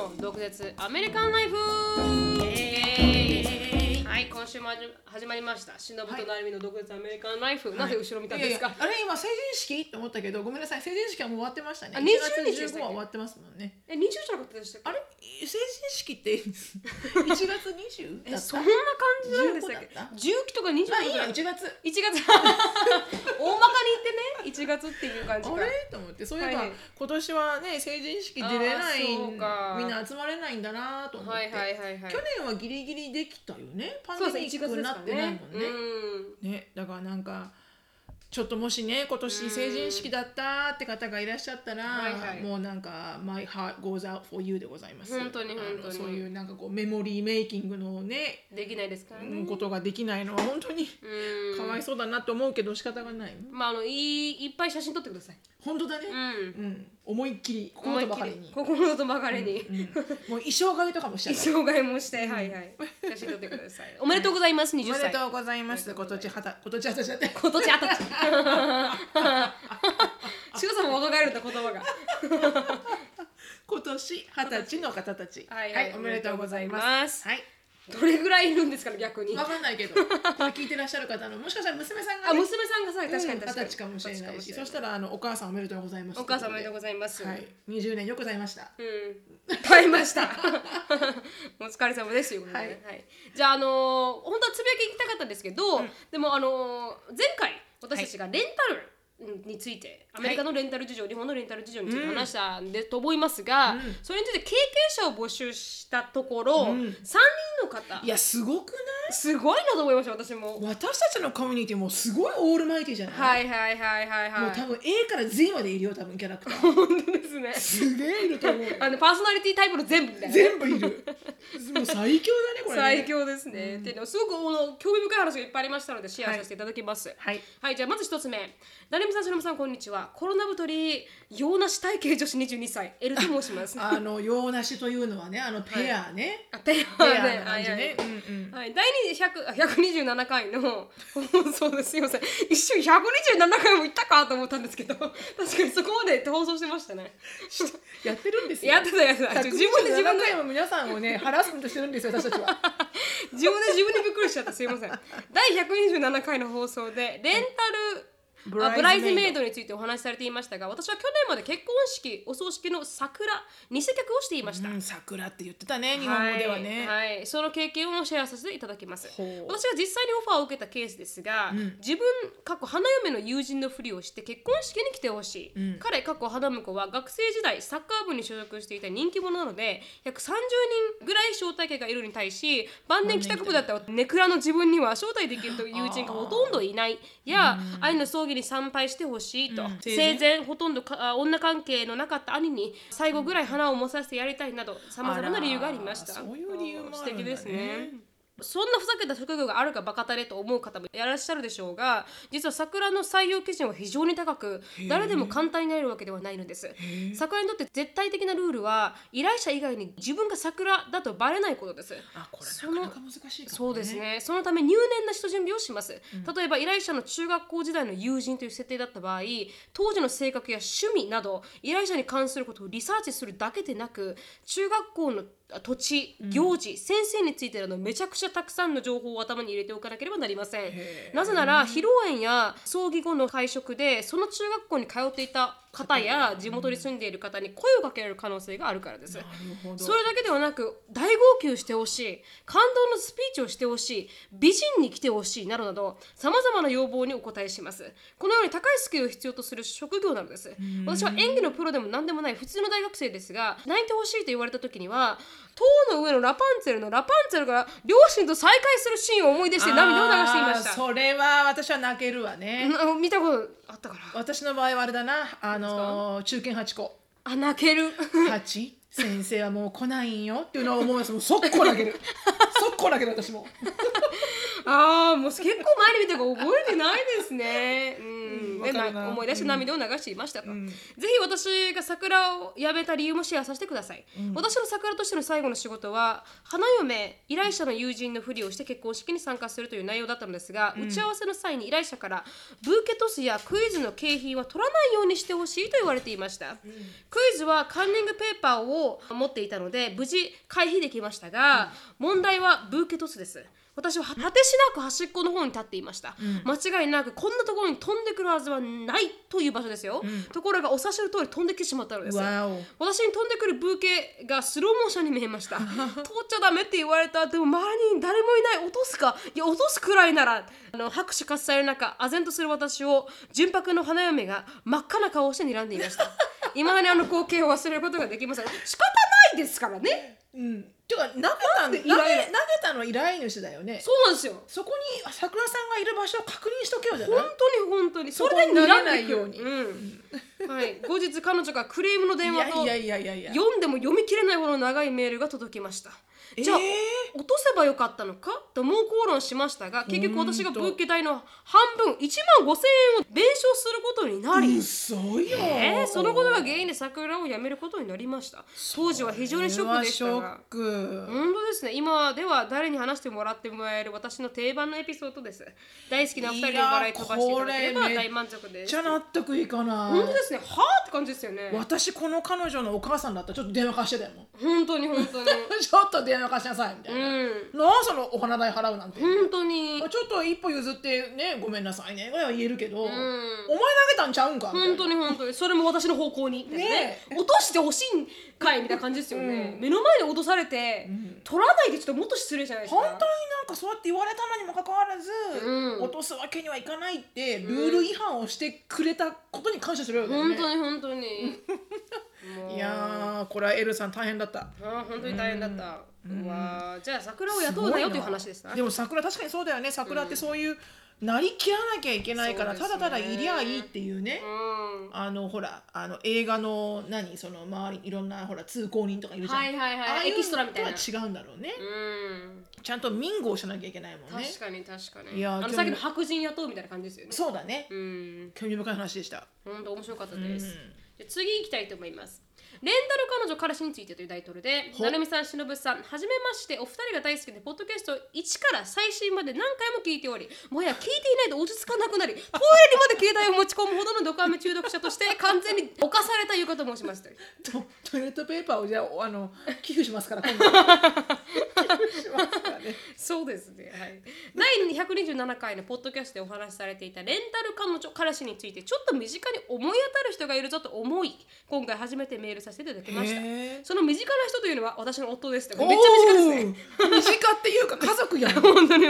の独舌アメリカンライフ。はい、今週も始まりました。しのぶとなるみの独舌アメリカンライフ。なぜ後ろ見たんですか？ あれ今成人式って思ったけど、ごめんなさい、成人式はもう終わってましたね。 20 1月15は終わってますもんね。 20じゃなかったでしたっけ？ あれ成人式って1月 20? だった？ そんな感じなんでしたっけ？10期とか20とか。 いいや、1月。 大まかに言ってね、1月っていう感じか。 あれと思って、そういえば、今年はね成人式出れない、みんな集まれないんだなと思って。去年はギリギリできたよね。パンデミックになってないもんね。ね、だからなんかちょっともしね今年成人式だったって方がいらっしゃったら、もうなんか My heart goes out for you でございます。 本当にそういうなんかこうメモリーメイキングのねできないですからね、 ことができないのは本当にかわいそうだなと思うけど仕方がない。 まあいっぱい写真撮ってください。 本当だね。思いっきり心とばかりに。もう衣装替えとかもしちゃう。 衣装替えもして、はいはい。写真撮ってください。おめでとうございます。20歳。 おめでとうございます。今年20歳だって。 今年20歳。しごさんも若返るんだ言葉が。 今年20歳の方たち。はい、おめでとうございます。はい。 どれぐらいいるんですかね、逆に。 わかんないけど、聞いてらっしゃる方のもしかしたら娘さんが、 娘さんがさ、確かに 20歳かもしれないし、そしたらお母さんおめでとうございます。 お母さんおめでとうございます。 はい、20年よくございました。 耐えました。お疲れ様ですよ。はい。じゃあ本当はつぶやき行きたかったんですけど、でも前回私たちがレンタルについて、アメリカのレンタル事情、日本のレンタル事情について話したんでと思いますが、それについて経験者を募集したところ、3人の方、 いやすごくない？ すごいなと思いました。私も私たちのコミュニティもすごいオールマイティじゃない？もう多分 A から Z までいるよ、多分キャラクター。 本当ですね。 すげえいると思う。 パーソナリティタイプの全部みたいな。 全部いる。もう最強だねこれね。 最強ですね。っていうのすごく興味深い話がいっぱいありましたのでシェアさせていただきます。はい。じゃあまず一つ目、なるみさん、しのぶさん、こんにちは。コロナ太り洋梨体型女子22歳 L と申します。 洋梨というのはね、ペアね。 ペアね。第127回の放送です。すいません。一瞬127回も行ったかと思ったんですけど、確かにそこまで放送してましたね。 やってるんですよ。 やってた。自分回も皆さんをねハラスメントしてるんですよ、私たちは。 自分でびっくりしちゃった。すいません。第127回の放送でレンタルブライズメイドについてお話しされていましたが、私は去年まで結婚式お葬式の桜偽客をしていました。 桜って言ってたね、日本語ではね。 その経験をシェアさせていただきます。私が実際にオファーを受けたケースですが、自分花嫁の友人のふりをして結婚式に来てほしい、彼花婿は学生時代サッカー部に所属していた人気者なので約30人ぐらい招待客がいるに対し、晩年帰宅部だったネクラの自分には招待できるという友人がほとんどいないや、愛の葬儀に参拝してほしいと、生前ほとんど女関係のなかった兄に最後ぐらい花を持たせてやりたいなど、さまざまな理由がありました。 そういう理由もあるんだね。 素敵ですね。そんなふざけた職業があるかバカタレと思う方もいらっしゃるでしょうが、実は桜の採用基準は非常に高く、誰でも簡単になれるわけではないのです。桜にとって絶対的なルールは依頼者以外に自分が桜だとバレないことです。 これなかなか難しいかもね。 そうですね。そのため入念な下準備をします。例えば依頼者の中学校時代の友人という設定だった場合、当時の性格や趣味など依頼者に関することをリサーチするだけでなく、中学校の土地、行事、先生についてなどめちゃくちゃたくさんの情報を頭に入れておかなければなりません。なぜなら披露宴や葬儀後の会食でその中学校に通っていた方や地元に住んでいる方に声をかけられる可能性があるからです。それだけではなく、大号泣してほしい、感動のスピーチをしてほしい、美人に来てほしいなどなどさまざまな要望にお答えします。このように高いスキルを必要とする職業なのです。私は演技のプロでも何でもない普通の大学生ですが、泣いてほしいと言われた時には、塔の上のラパンツェルが両親と再会するシーンを思い出して涙を流していました。 それは私は泣けるわね。 見たことあったから。 私の場合はあれだな、中堅8個。 泣ける。 8先生はもう来ないんよっていうのを思います。もう速攻泣ける。速攻泣ける私も。 もう結構前に見て覚えてないですね。 思い出して涙を流していましたと、ぜひ私が桜をやめた理由もシェアさせてください、私の桜としての最後の仕事は花嫁依頼者の友人のふりをして結婚式に参加するという内容だったのですが、打ち合わせの際に依頼者からブーケトスやクイズの景品は取らないようにしてほしいと言われていました、クイズはカンニングペーパーを持っていたので無事回避できましたが、問題はブーケトスです。私は果てしなく端っこの方に立っていました、間違いなくこんなところに飛んでくるはずはないという場所ですよ、ところがお察しの通り飛んできてしまったのです。私に飛んでくるブーケがスローモーションに見えました取っちゃダメって言われた。でも周りに誰もいない。落とすか、いや落とすくらいなら。拍手喝采の中唖然とする私を純白の花嫁が真っ赤な顔をして睨んでいました未だに光景を忘れることができません。仕方ないですからね。 てか投げたの依頼主だよね。 そうなんですよ。 そこに桜さんがいる場所を確認しとけよじゃない。本当にそれで投げないように、 はい、後日彼女がクレームの電話と読んでも読み切れないほどの長いメールが届きました。じゃあ、落とせばよかったのかと猛口論しましたが、結局私がブーケ代の半分1万5,000円を弁償することになり、 嘘よ、 そのことが原因で桜をやめることになりました。当時は非常にショックでしたが、本当ですね。今では誰に話してもらってもらえる私の定番のエピソードです。大好きな2人の笑い飛ばしていただければ大満足です。 じゃ納得いかない。 本当ですね。はぁって感じですよね。 私この彼女のお母さんだったらちょっと電話貸してたよもん。 本当にちょっと電話貸しなさいみたいな、そのお花代払うなんて。 本当にちょっと一歩譲ってね、ごめんなさいねぐらいは言えるけど、お前投げたんちゃうんか。 本当にそれも私の方向に落としてほしいんかいみたいな感じですよね。目の前で落とされて、取らないでちょっともっと失礼じゃないですか。 本当になんかそうやって言われたのにもかかわらず、落とすわけにはいかないってルール違反をしてくれたことに感謝するよね。 本当にいやこれはエルさん大変だった。 本当に大変だった。じゃあ桜を雇うなよという話ですな。 でも桜確かにそうだよね。桜ってそういうなりきらなきゃいけないから、ただただいりゃいいっていうね、ほら映画のその周りにいろんなほら通行人とかいるじゃん、 エキストラみたいな。 違うんだろうね。ちゃんと民語をしなきゃいけないもんね。 確かにいやさっきの白人雇うみたいな感じですよね。 そうだね。興味深い話でした。 本当面白かったです。じゃ次行きたいと思います。レンタル彼女彼氏についてというタイトルで、なるみさん、しのぶさん、はじめまして。お二人が大好きでポッドキャストを1から最新まで何回も聞いており、もはや聞いていないと落ち着かなくなり、トイレにまで携帯を持ち込むほどのドカメ中毒者として完全に侵されたいうかと申します。 トイレットペーパーをじゃあ寄付しますから今度寄付しますからね。 そうですね、はい、第127回のポッドキャストでお話しされていたレンタル彼女彼氏についてちょっと身近に思い当たる人がいるぞと思い、今回初めてメールさせていただきました。その身近な人というのは私の夫です。めっちゃ短いですね。 身近っていうか家族やん。 本当に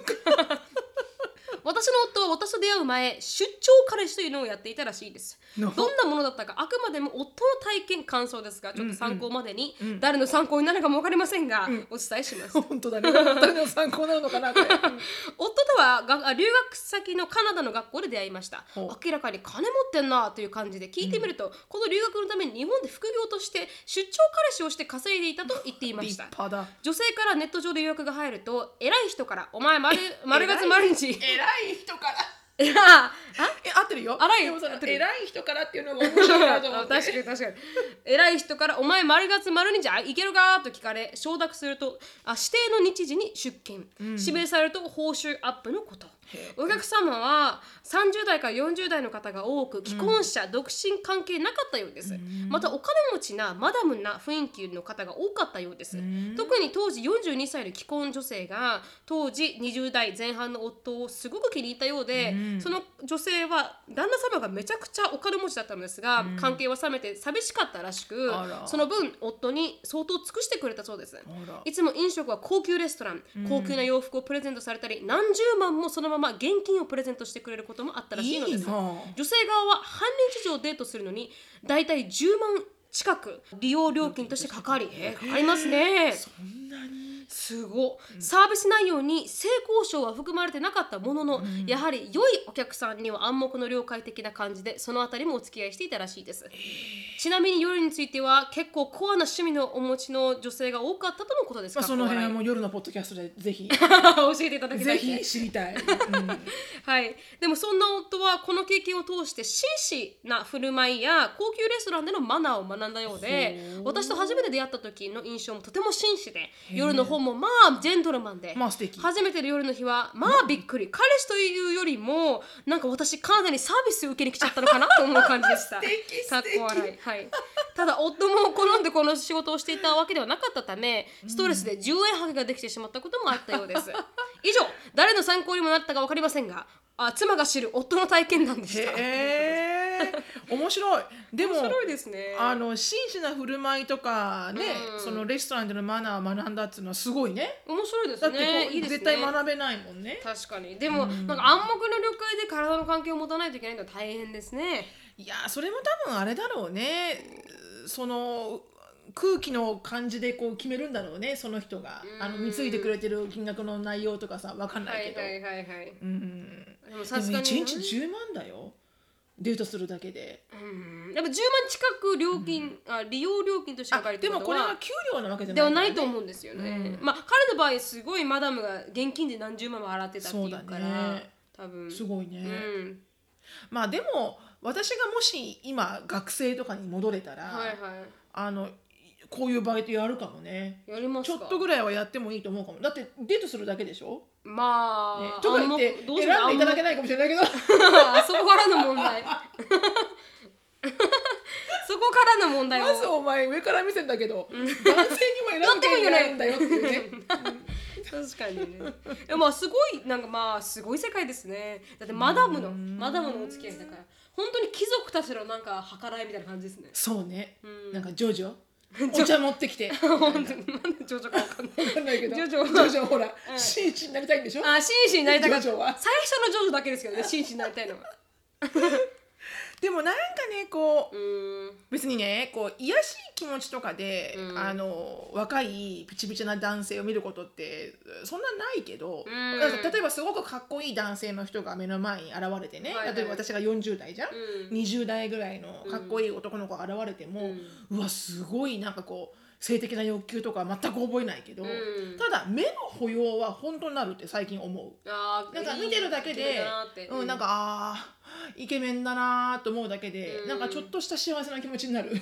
私の夫は私と出会う前、出張彼氏というのをやっていたらしいです。どんなものだったかあくまでも夫の体験感想ですが、ちょっと参考までに、誰の参考になるかも分かりませせんが、お伝えします。 本当だね。誰の参考なのかなこれ。 夫とは留学先のカナダの学校で出会いました。明らかに金持ってんなという感じで聞いてみると、この留学のために日本で副業として出張彼氏をして稼いでいたと言っていました。女性からネット上で予約が入ると、偉い人からお前丸月毎日偉い人から合ってるよ。偉い人からっていうのが面白いなと思って。 確かに偉い人からお前丸月丸日行けるかと聞かれ、承諾すると指定の日時に出勤、指名されると報酬アップのこと。お客様は30代から40代の方が多く、既婚者、独身関係なかったようです。またお金持ちなマダムな雰囲気の方が多かったようです。特に当時42歳の既婚女性が当時20代前半の夫をすごく気に入ったようで、その女性は旦那様がめちゃくちゃお金持ちだったのですが、関係は冷めて寂しかったらしく、その分夫に相当尽くしてくれたそうです。いつも飲食は高級レストラン、高級な洋服をプレゼントされたり、何十万もそのまま現金をプレゼントしてくれることもあったらしいのです。女性側は半日以上デートするのにだいたい10万近く利用料金としてかかりますね。 そんなにすすご、サービス内容に性交渉は含まれてなかったものの、やはり良いお客さんには暗黙の了解的な感じでそのあたりもお付き合いしていたらしいです。ちなみに夜については結構コアな趣味のお持ちの女性が多かったとのことですか。 その辺はもう夜のポッドキャストでぜひ教えていただきたい、 ぜひ知りたい、 はい。でもそんな夫はこの経験を通して真摯な振る舞いや高級レストランでのマナーを学んだようで、私と初めて出会った時の印象もとても紳士で、夜の方もまあジェントルマンで、 素敵。 初めての夜の日はまあびっくり、彼氏というよりもなんか私カナダにサービス受けに来ちゃったのかなと思う感じでした。かっこ笑い、はい。ただ夫も好んでこの仕事をしていたわけではなかったため、ストレスで10円ハゲができてしまったこともあったようです。以上、誰の参考にもなったか分かりませんが、妻が知る夫の体験談でした。 面白い。でも面白いですね。 真摯な振る舞いとかね、そのレストランでのマナーを学んだっていうのはすごいね。 面白いですね。 だって絶対学べないもんね。 確かに。でも、なんか暗黙の了解で体の関係を持たないといけないのは大変ですね。 いやそれも多分あれだろうね。その空気の感じでこう決めるんだろうね、その人が。貢いでくれてる金額の内容とかさ、分かんないけど。でもさすがに1日10万だよ、デートするだけで。 やっぱ10万近く料金、利用料金としてかかるってことは、 でもこれは給料なわけじゃないではないと思うんですよね。まあ彼の場合すごいマダムが現金で何十万も払ってたっていうから、多分すごいね。まあでも私がもし今学生とかに戻れたら、こういうバイトやるかもね。 やりますか。 ちょっとぐらいはやってもいいと思うかも。だってデートするだけでしょ。 まあ、 とか言って選んでいただけないかもしれないけどそこからの問題そこからの問題をまずお前上から見せんだけど、男性にも選んでいないんだよっていうね確かにね。まあすごいなんかまあすごい世界ですね。だってマダムのお付き合いだから、本当に貴族たちのなんか計らいみたいな感じですね。 そうね。なんかジョジョお茶持ってきて本当になんでジョジョか分かんないけど、ジョジョほら紳士になりたいんでしょ。 紳士になりたかった。 ジョジョは最初のジョジョだけですけどね、紳士になりたいのはでもなんかねこう別にねこう癒しい気持ちとかで、若いピチピチな男性を見ることってそんなないけど、例えばすごくかっこいい男性の人が目の前に現れてね、例えば私が40代じゃん、20代ぐらいのかっこいい男の子が現れても、うわすごいなんかこう性的な欲求とか全く覚えないけど、ただ目の保養は本当になるって最近思う。なんか見てるだけでなんかイケメンだなと思うだけで、なんかちょっとした幸せな気持ちになる。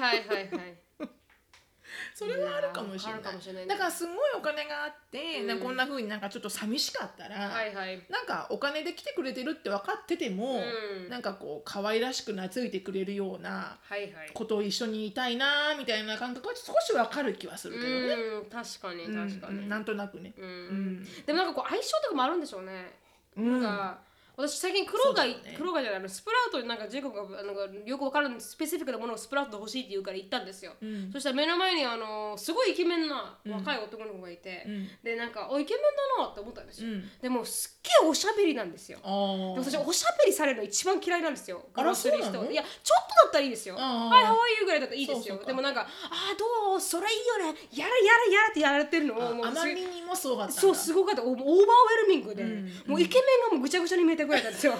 それはあるかもしれない。だからすごいお金があって、こんな風になんかちょっと寂しかったら、なんかお金で来てくれてるって分かってても、なんかこう可愛らしく懐いてくれるようなことを一緒にいたいなみたいな感覚は少し分かる気はするけどね。 確かに確かに、 なんとなくね。 でもなんかこう相性とかもあるんでしょうね。なんか私最近黒貝じゃないスプラウトになんかジェイコブがなんかよくわからないスペシフィックなものをスプラウト欲しいって言うから行ったんですよ。そしたら目の前にすごいイケメンな若い男の子がいて、でなんかイケメンだなって思ったんですよ。でもすっげえおしゃべりなんですよ。で私おしゃべりされるの一番嫌いなんですよ。 あらそうなの？ いやちょっとだったらいいですよ。はい、ハワイユーぐらいだったらいいですよ。でもなんかどうそれいいよねやらってやられてるのをもうあまりにもすごかったんだ。 そうすごかった。オーバーウェルミングで、もうイケメンがもうぐちゃぐちゃに見えたぐらいなんですよ。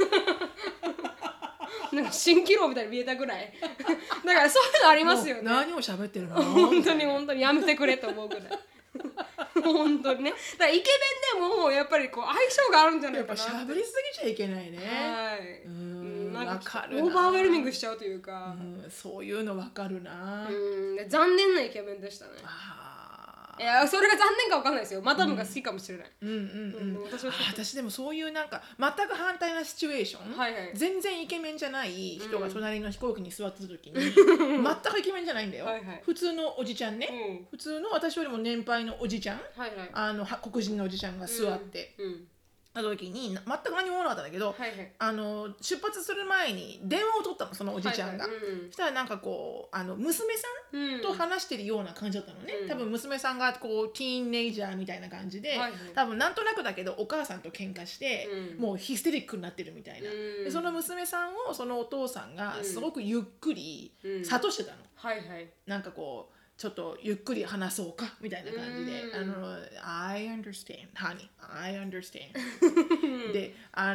なんか蜃気楼みたいに見えたぐらいだからそういうのありますよね。 何を喋ってるの本当にやめてくれと思うぐらい本当にね。だからイケメンでもやっぱりこう相性があるんじゃないかな。 やっぱ喋りすぎちゃいけないね。 なんかオーバーウェルミングしちゃうというか、 そういうの分かるな。 残念なイケメンでしたね。いやそれが残念か分かんないですよ。マダムが好きかもしれない。 私でもそういうなんか全く反対なシチュエーション、全然イケメンじゃない人が隣の飛行機に座ってた時に全くイケメンじゃないんだよ。普通のおじちゃんね、普通の私よりも年配のおじちゃん、黒人のおじちゃんが座ってた時に全く何も思わなかったんだけど、出発する前に電話を取ったのそのおじちゃんが。そしたらなんかこう娘さんと話してるような感じだったのね。多分娘さんがこうティーンネイジャーみたいな感じで、多分なんとなくだけどお母さんと喧嘩して、もうヒステリックになってるみたいな。でその娘さんをそのお父さんがすごくゆっくり諭してたの。なんかこうちょっとゆっくり話そうかみたいな感じで、I understand, honey, I understand で、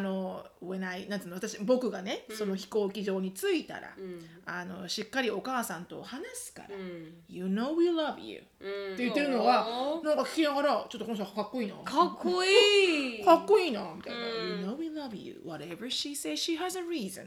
僕がね、その飛行機場に着いたら、しっかりお母さんと話すから、You know we love you って言ってるのが、なんか聞きながら、ちょっとこの人かっこいいな。 かっこいいかっこいいなみたいな。You know we love you. Whatever she says, she has a reason.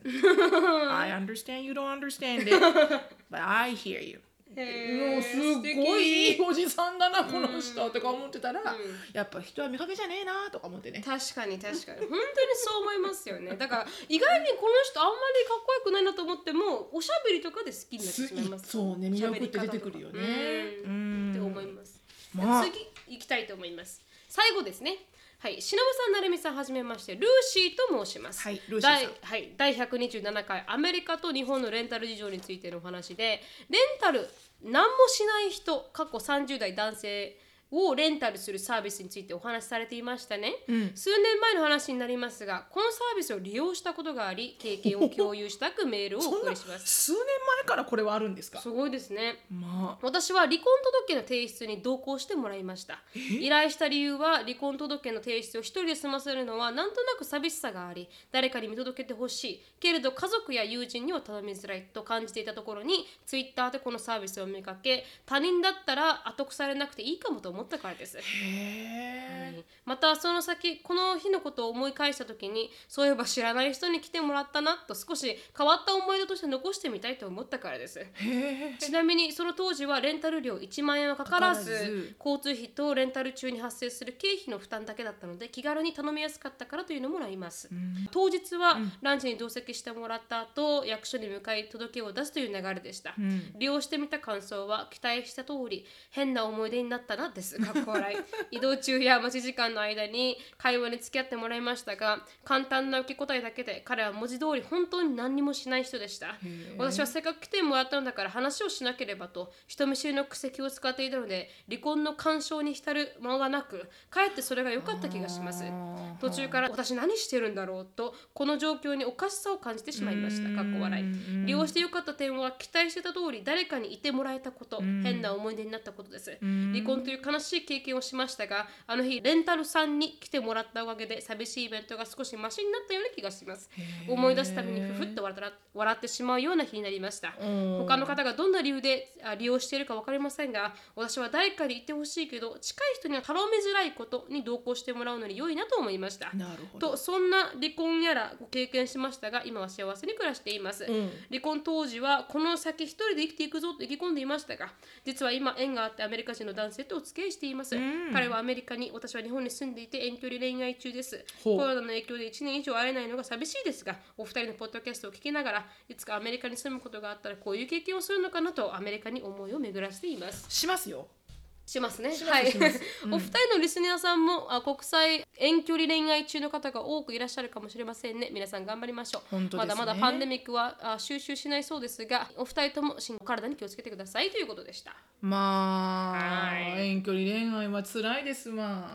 I understand you don't understand it, but I hear you.もうすっごいいいおじさんだなこの人とか思ってたら、やっぱ人は見かけじゃねえなとか思ってね。 確かに本当にそう思いますよね。だから意外にこの人あんまりかっこよくないなと思ってもおしゃべりとかで好きになってしまいます。 そうね、魅力って出てくるよね。 って思います。次行きたいと思います。最後ですね。はい、しのぶさん、なるみさん、はじめまして、ルーシーと申します。 はい、ルーシーさん。 第127回アメリカと日本のレンタル事情についてのお話で、レンタル何もしない人、過去30代男性をレンタルするサービスについてお話しされていましたね、数年前の話になりますが、このサービスを利用したことがあり、経験を共有したくメールをお送りします。 数年前からこれはあるんですか？ すごいですね、私は離婚届の提出に同行してもらいました。依頼した理由は、離婚届の提出を一人で済ませるのはなんとなく寂しさがあり、誰かに見届けてほしいけれど家族や友人には頼みづらいと感じていたところに、ツイッターでこのサービスを見かけ、他人だったら後腐れなくていいかもと思ったからです。またその先、この日のことを思い返した時に、そういえば知らない人に来てもらったなと少し変わった思い出として残してみたいと思ったからです。ちなみにその当時はレンタル料1万円はかからず、交通費とレンタル中に発生する経費の負担だけだったので、気軽に頼みやすかったからというのもあります。当日はランチに同席してもらった後、役所に向かい届けを出すという流れでした。利用してみた感想は、期待した通り変な思い出になったなです。移動中や待ち時間の間に会話に付き合ってもらいましたが、簡単な受け答えだけで彼は文字通り本当に何にもしない人でした。私はせっかく来てもらったのだから話をしなければと人見知りの癖を使っていたので、離婚の干渉に浸る間がなく、かえってそれが良かった気がします。途中から私何してるんだろうとこの状況におかしさを感じてしまいました。利用して良かった点は、期待してた通り誰かにいてもらえたこと、変な思い出になったことです。離婚という悲しい経験をしましたが、あの日レンタルさんに来てもらったおかげで寂しいイベントが少しマシになったような気がします。思い出すたびにふふっと笑ってしまうような日になりました。他の方がどんな理由で利用しているか分かりませんが、私は誰かにいてほしいけど近い人には頼みづらいことに同行してもらうのに良いなと思いました。とそんな離婚やらご経験しましたが、今は幸せに暮らしています。離婚当時はこの先一人で生きていくぞと意気込んでいましたが、実は今縁があってアメリカ人の男性とお付き合いしています。彼はアメリカに、私は日本に住んでいて遠距離恋愛中です。コロナの影響で1年以上会えないのが寂しいですが、お二人のポッドキャストを聞きながら、いつかアメリカに住むことがあったらこういう経験をするのかなとアメリカに思いを巡らせています。 しますよ。 しますね。はい。お二人のリスナーさんも国際遠距離恋愛中の方が多くいらっしゃるかもしれませんね。皆さん頑張りましょう。 本当ですね。 まだまだパンデミックは収拾しないそうですが、お二人とも体に気をつけてくださいということでした。 遠距離恋愛は辛いですわ。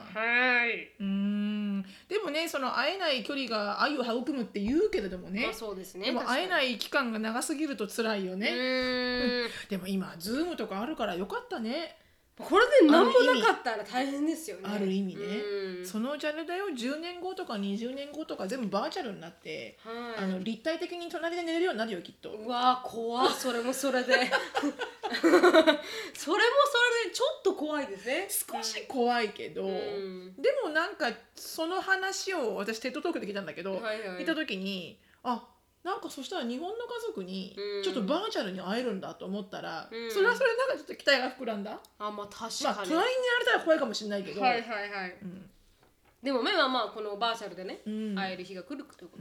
でもね、その会えない距離が愛を育むって言うけれどもね。 そうですね。 でも会えない期間が長すぎると辛いよね。でも今ズームとかあるからよかったね。 これで何もなかったら大変ですよね。 ある意味ね。そのうちあれだよ、10年後とか20年後とか全部バーチャルになって、立体的に隣で寝れるようになるよきっと。 うわ怖っ。それもそれでそれもそれでちょっと怖いですね。 少し怖いけど、でもなんかその話を私テッドトークで聞いたんだけど、聞いた時になんかそしたら日本の家族にちょっとバーチャルに会えるんだと思ったら、それはそれなんかちょっと期待が膨らんだ。 確かに。 隣にやられたら怖いかもしれないけど。 でもこのバーチャルでね、会える日が来るということ。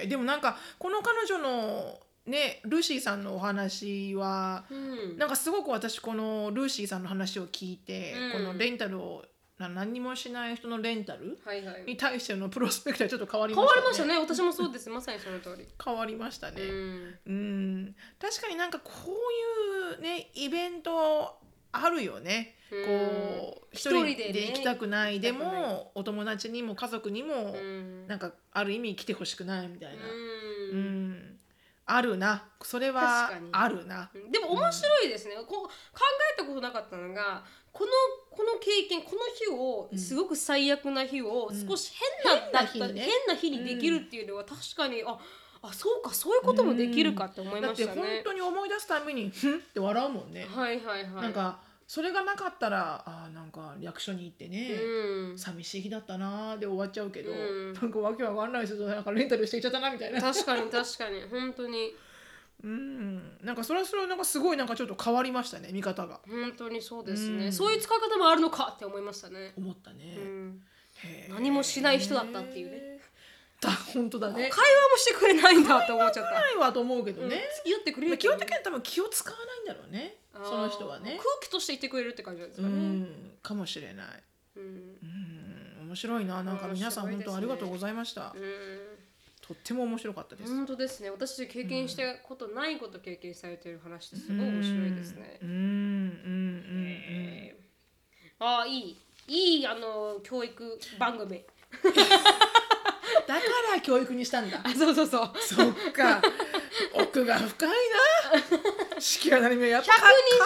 でもなんかこの彼女のね、ルーシーさんのお話は、なんかすごく私このルーシーさんの話を聞いて、このレンタルを何にもしない人のレンタルに対してのプロスペクトはちょっと変わりましたね。 変わりましたね。私もそうです。まさにその通り。 変わりましたね。確かになんかこういうねイベントあるよね。こう一人で行きたくない、でもお友達にも家族にもなんかある意味来てほしくないみたいな。 あるな、それはあるな。 でも面白いですね、こう考えたことなかったのが、この経験、この日を、すごく最悪な日を少し変な日にできるっていうのは確かに、そうか、そういうこともできるかって思いましたね。 だって本当に思い出すためにふんって笑うもんね。なんかそれがなかったらなんか役所に行ってね、寂しい日だったなで終わっちゃうけど、なんかわけわかんない人となんかレンタルしていっちゃったなみたいな。 確かに本当に。 なんかそれはなんかすごいなんかちょっと変わりましたね、見方が。 本当にそうですね、そういう使い方もあるのかって思いましたね。 思ったね。 何もしない人だったっていうね。 本当だね。 会話もしてくれないんだって思っちゃった。 ないわと思うけどね。 付き合ってくれる。 基本的には多分気を使わないんだろうね。その人はね。 空気としていてくれるって感じなんですかね。 かもしれない。面白いな。なんか皆さん本当ありがとうございました。とっても面白かったです。 本当ですね。私経験したことないこと経験されている話ってすごい面白いですね。いい教育番組。 だから教育にしたんだ。 そう。 そっか。奥が深いな。式は何もやっぱ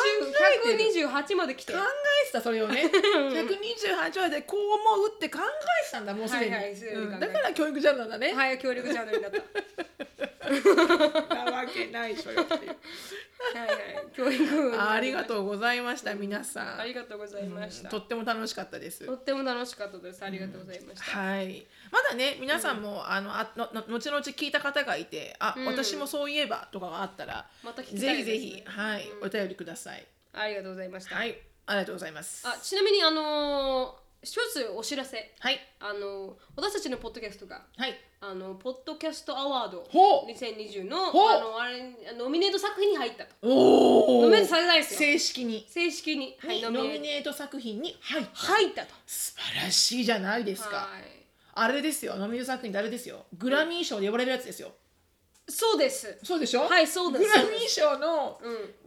128まで来て考えてた、それをね。128までこう思うって考えてたんだ、もうすでに。だから教育ジャンルなんだね。 はい、教育ジャンルになった。 なわけないそれっていう。 教育。 ありがとうございました、皆さん。 ありがとうございました。 とっても楽しかったです。 とっても楽しかったです。ありがとうございました。 はい。まだね、皆さんも後々聞いた方がいて、私もそういえばとかがあったら、ぜひぜひお便りください。 ありがとうございました。 はい、ありがとうございます。 ちなみに一つお知らせ。 はい。 私たちのポッドキャストが、ポッドキャストアワード2020のノミネート作品に入ったと。ノミネートされないですよ。 正式にノミネート作品に入ったと。素晴らしいじゃないですか。あれですよ、ノミネート作品であれですよ。グラミー賞で呼ばれるやつですよ。 そうです。 そうでしょ。 はい、そうです。 グラミー賞の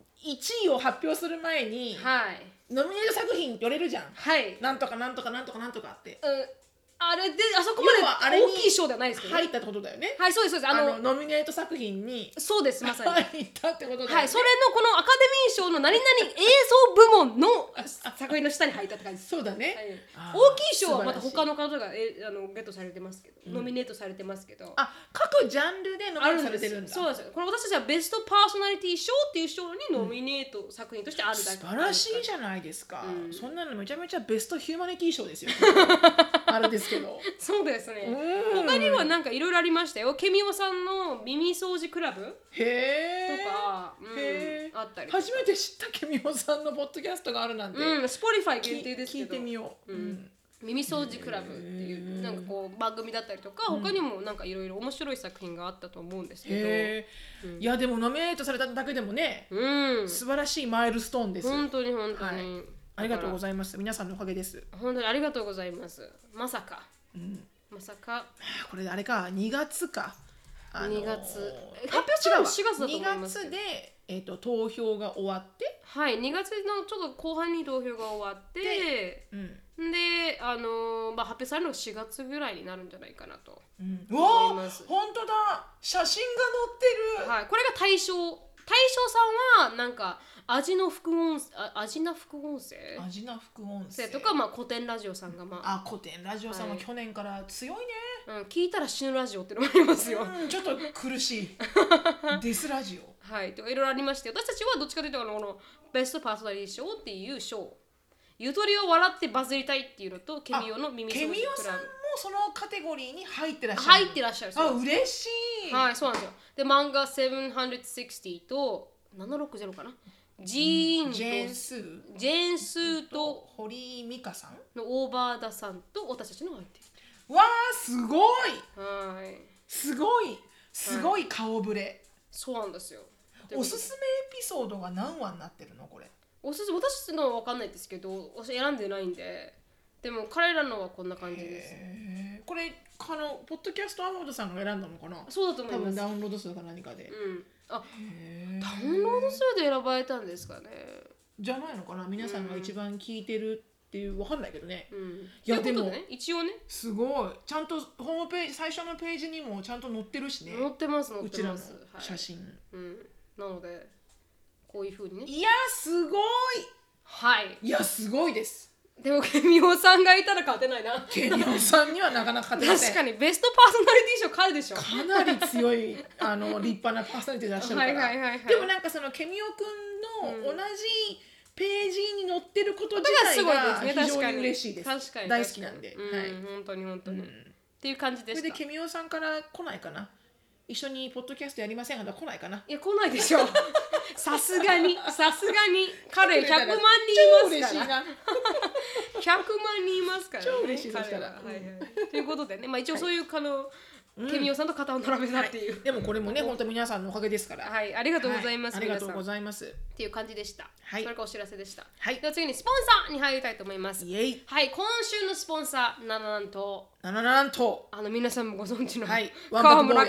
1位を発表する前に、ノミネート作品って言われるじゃん。なんとかなんとかなんとかなんとかって。 あれであそこまで大きい賞ではないですけどね。 入ったってことだよね。 はい、そうです。 ノミネート作品にそうです、まさに入ったってことだよね。 はい、それのこのアカデミー賞の何々映像部門の作品の下に入ったって感じです。 そうだね。 大きい賞はまた他の方がゲットされてますけど、ノミネートされてますけど、 各ジャンルでノミネートされてるんだ。 そうです。これ私たちはベストパーソナリティ賞っていう賞にノミネート作品としてあるだけ。 素晴らしいじゃないですか。そんなのめちゃめちゃベストヒューマニティ賞ですよ。あれですけど。 そうですね。他にはなんかいろいろありましたよ。ケミオさんの耳掃除クラブとかあったり。 初めて知ったケミオさんのポッドキャストがあるなんて。 スポティファイ限定ですけど。 聞いてみよう。 耳掃除クラブっていうなんかこう番組だったりとか、他にもなんかいろいろ面白い作品があったと思うんですけど。いやでもノミネートされただけでもね、素晴らしいマイルストーンです。 本当に。 ありがとうございます。皆さんのおかげです。 本当にありがとうございます。まさか。 これあれか、2月か。 2月。発表したの4月だと思います。 2月で投票が終わって、 はい、2月のちょっと後半に投票が終わって、で、発表されるのが4月ぐらいになるんじゃないかなと思います。 本当だ、写真が載ってる。 はい、これが大賞さんはなんかアジナ副音声とか、古典ラジオさんが古典ラジオさんは去年から強いね。 聞いたら死ぬラジオってのもありますよ。 ちょっと苦しいデスラジオとかいろいろありまして、私たちはどっちかというとこのベストパーソナリティ賞っていう賞、ゆとりを笑ってバズりたいっていうのと、ケミオの耳掃除クラブ。 ケミオさんもそのカテゴリーに入ってらっしゃる。嬉しい。 はい、そうなんですよ。で、漫画760と760かな。ジェーンスーと堀井美香さんのオーバーダさんと私たちの入ってる。わー、すごい。すごい顔ぶれ。 そうなんですよ。 おすすめエピソードが何話になってるのこれ。 私のは分かんないですけど、選んでないんで。でも彼らのはこんな感じです。 これポッドキャストアワードさんが選んだのかな。 そうだと思います。 多分ダウンロード数か何かで。 ダウンロード数で選ばれたんですかね。 じゃないのかな。皆さんが一番聞いてるっていうわかんないけどね、 いやでも一応ねすごいちゃんとホームページ最初のページにもちゃんと載ってるしね。 載ってますうちらの写真、 なのでこういう風にね。 いやすごい。 はい。 いやすごいです。 でもケミオさんがいたら勝てないな。 ケミオさんにはなかなか勝てません。 確かにベストパーソナリティ賞彼でしょ。 かなり強い立派なパーソナリティでいらっしゃるから。でもなんかそのケミオくんの同じページに載ってること自体が非常に嬉しいです。 確かに大好きなんで。 本当に本当に。っていう感じでした。 それでケミオさんから来ないかな。一緒にポッドキャストやりませんか？来ないかな。 いや来ないでしょ。さすがに彼100万人いますから。100万人いますから、ね。 超嬉しいそしたら。 ということでね、まあ一応そういうケミオさんと肩を並べたっていう、 でもこれもね本当皆さんのおかげですから。 はい、ありがとうございます。 ありがとうございます。 っていう感じでした。それからお知らせでした。では次にスポンサーに入りたいと思います。はい、今週のスポンサーなんと皆さんもご存知の川村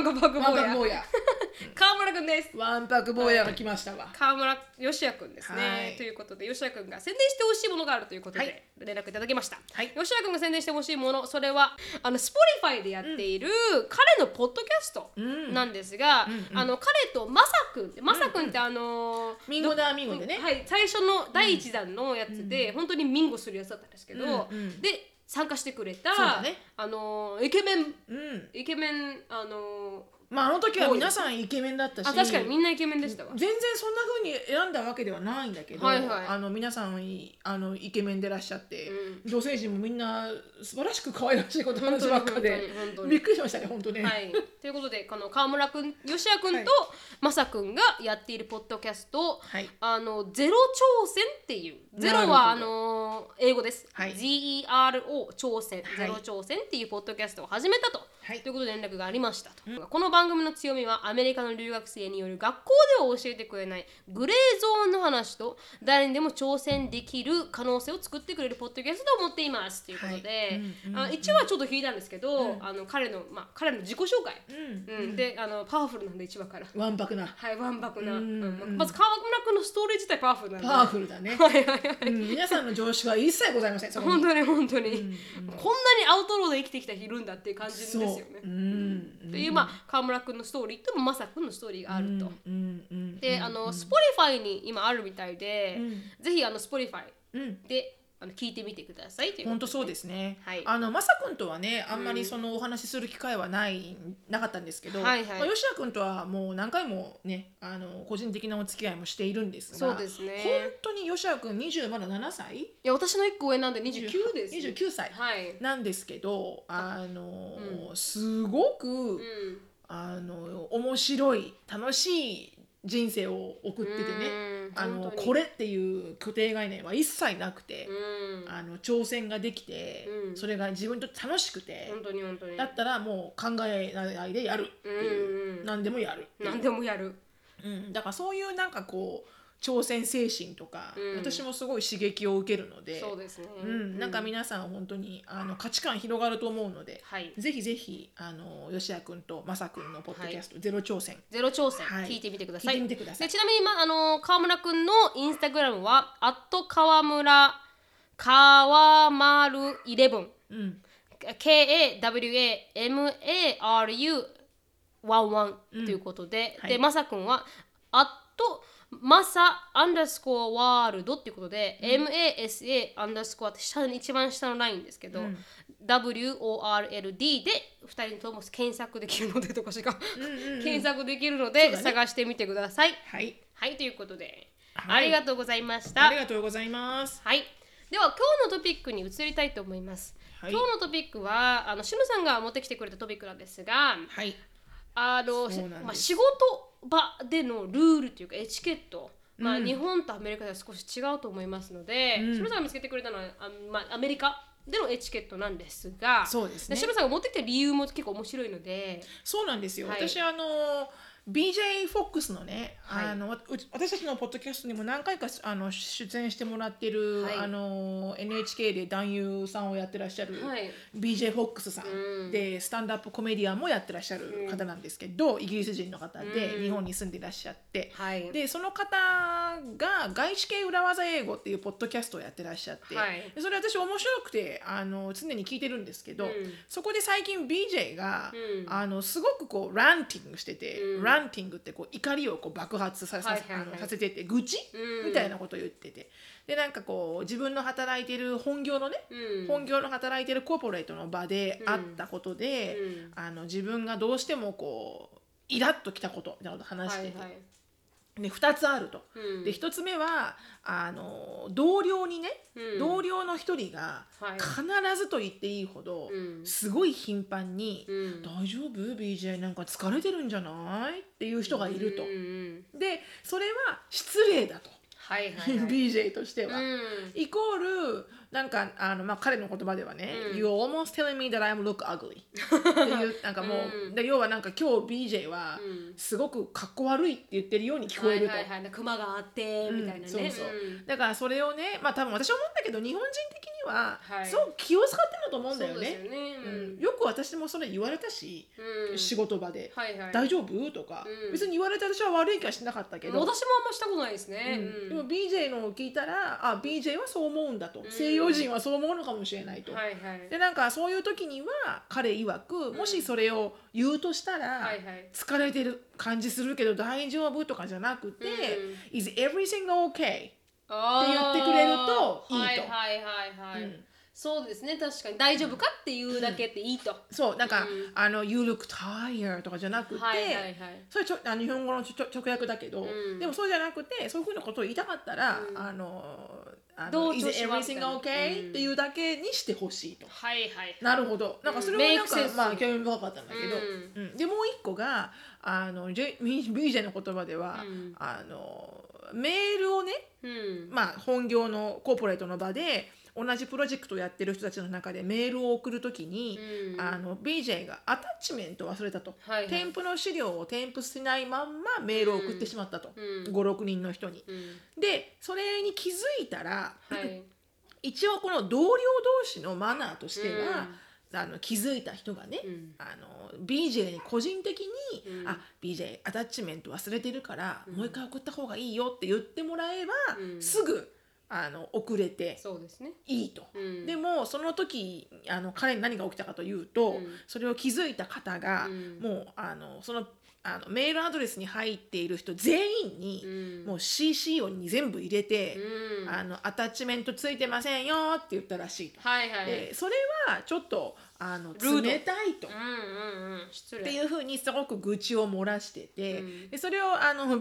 くんです。 わんぱく坊やが来ましたわ。 川村義也くんですね。ということで義也くんが宣伝してほしいものがあるということで連絡いただきました。義也くんが宣伝してほしいもの、それはSpotify でやっている彼のポッドキャストなんですが、彼とマサくんってミンゴダーミンゴでね、 最初の第1弾のやつで本当にミンゴするやつだったんですけど、で参加してくれたイケメンまああの時は皆さんイケメンだったし、 確かにみんなイケメンでしたわ。 全然そんな風に選んだわけではないんだけど、皆さんイケメンでいらっしゃって、女性陣もみんな素晴らしく可愛らしいこと話ばっかでびっくりしましたね本当ね。 ということでこの川村くん、吉谷くんとまさくんがやっているポッドキャスト、ゼロ挑戦っていう、ゼロは英語です。ZERO 挑戦、ゼロ挑戦っていうポッドキャストを始めたと。ということで連絡がありましたと。この番組の強みはアメリカの留学生による学校では教えてくれないグレーゾーンの話と誰にでも挑戦できる可能性を作ってくれるポッドキャストと思っていますということで、1話ちょっと引いたんですけど、彼の自己紹介、でパワフルなんで1話からわんぱくな、 まず川村君のストーリー自体パワフルなんで、 パワフルだね。皆さんの常識は一切ございません。 本当にこんなにアウトローで生きてきた人いるんだっていう感じですよね。っていう川村くんのストーリーとまさくんのストーリーがあると。でSpotify に今あるみたいで、ぜひSpotify で聞いてみてくださいということで。 本当そうですね。まさくんとはねあんまりそのお話しする機会はなかったんですけど、吉田くんとはもう何回もね個人的なお付き合いもしているんですが、 そうですね、 本当に吉田くんまだ7歳？いや私の1個上なんで29です。 29歳なんですけど、すごく面白い楽しい人生を送っててね、これっていう固定概念は一切なくて、挑戦ができて、それが自分にとって楽しくて、だったらもう考えないでやるっていう、何でもやる、だからそういうなんかこう挑戦精神とか、私もすごい刺激を受けるので、 そうですね、 なんか皆さん本当に価値観広がると思うので、ぜひぜひ吉谷くんとまさくんのポッドキャスト、ゼロ挑戦聞いてみてください。でちなみに、川村くんのインスタグラムは川村11、KAWAMARU11ということで、でまさくんはマサ_ワールドっていうことで、MASA_ って一番下のラインですけど、WORLD で2人とも検索できるのでとかしか検索できるので、探してみてください。ということで、ありがとうございました。 ありがとうございます。 では今日のトピックに移りたいと思います。今日のトピックはしのさんが持ってきてくれたトピックなんですが、仕事場でのルールというかエチケット、日本とアメリカでは少し違うと思いますので、しのさんが見つけてくれたのはアメリカでのエチケットなんですが、 そうですね、 しのさんが持ってきた理由も結構面白いので。 そうなんですよ、私 BJ フォックスのね、私たちのポッドキャストにも何回か出演してもらってる、NHK で男優さんをやってらっしゃる、BJ フォックスさんでスタンダップコメディアンもやってらっしゃる方なんですけど、イギリス人の方で日本に住んでいらっしゃって、でその方が外資系裏技英語っていうポッドキャストをやってらっしゃって、でそれ私面白くて常に聞いてるんですけど、そこで最近 BJ が、すごくこうランティングしてて、ランティングってこう怒りをこう爆発させてて、愚痴みたいなことを言ってて、でなんかこう自分の働いてる本業の働いてるコーポレートの場であったことで、自分がどうしてもこうイラッときたことみたいなことを話してて、で2つあると、で1つ目は同僚にね、同僚の1人が必ずと言っていいほど、すごい頻繁に、大丈夫 BJ なんか疲れてるんじゃないっていう人がいると、でそれは失礼だと、BJ としては、イコールなんか彼の言葉ではね、You're almost telling me that I look ugly っていうなんかもう、で要はなんか今日 BJ はすごくかっこ悪いって言ってるように聞こえると、 クマがあってみたいなね、 そうそう、だからそれをね、多分私思うんだけど日本人的にはすごく気を使ってると思うんだよね。よく私もそれ言われたし、仕事場で、大丈夫とか、別に言われた私は悪い気はしなかったけど、 私もあんましたことないですね。 でも BJ のを聞いたら、BJ はそう思うんだと、西洋人はそう思うのかもしれないと、でなんかそういう時には彼曰く、もしそれを言うとしたら、疲れてる感じするけど大丈夫とかじゃなくて、Is everything okay? って言ってくれるといいと。 そうですね、確かに大丈夫かっていうだけっていいと、 そうなんか、You look tired とかじゃなくて、それ日本語の直訳だけど、でもそうじゃなくて、そういうふうなことを言いたかったら、Is everything okay? っていうだけにしてほしいと。なるほど。なんかそれはなんか、興味深かったんだけど、でもう一個がBJ の言葉では、メールをね、本業のコーポレートの場で同じプロジェクトをやってる人たちの中でメールを送るときに、BJ がアタッチメントを忘れたと、添付の資料を添付しないまんまメールを送ってしまったと、5、6人の人に、でそれに気づいたら、一応この同僚同士のマナーとしては、気づいた人がね、BJ に個人的に、BJ アタッチメント忘れてるから、もう一回送った方がいいよって言ってもらえば、すぐ遅れていいと、でもその時彼に何が起きたかというと、それを気づいた方が、もうそのメールアドレスに入っている人全員に、もう CC に全部入れて、アタッチメントついてませんよって言ったらしいと、でそれはちょっと冷たいと、っていうふうにすごく愚痴を漏らしてて、でそれを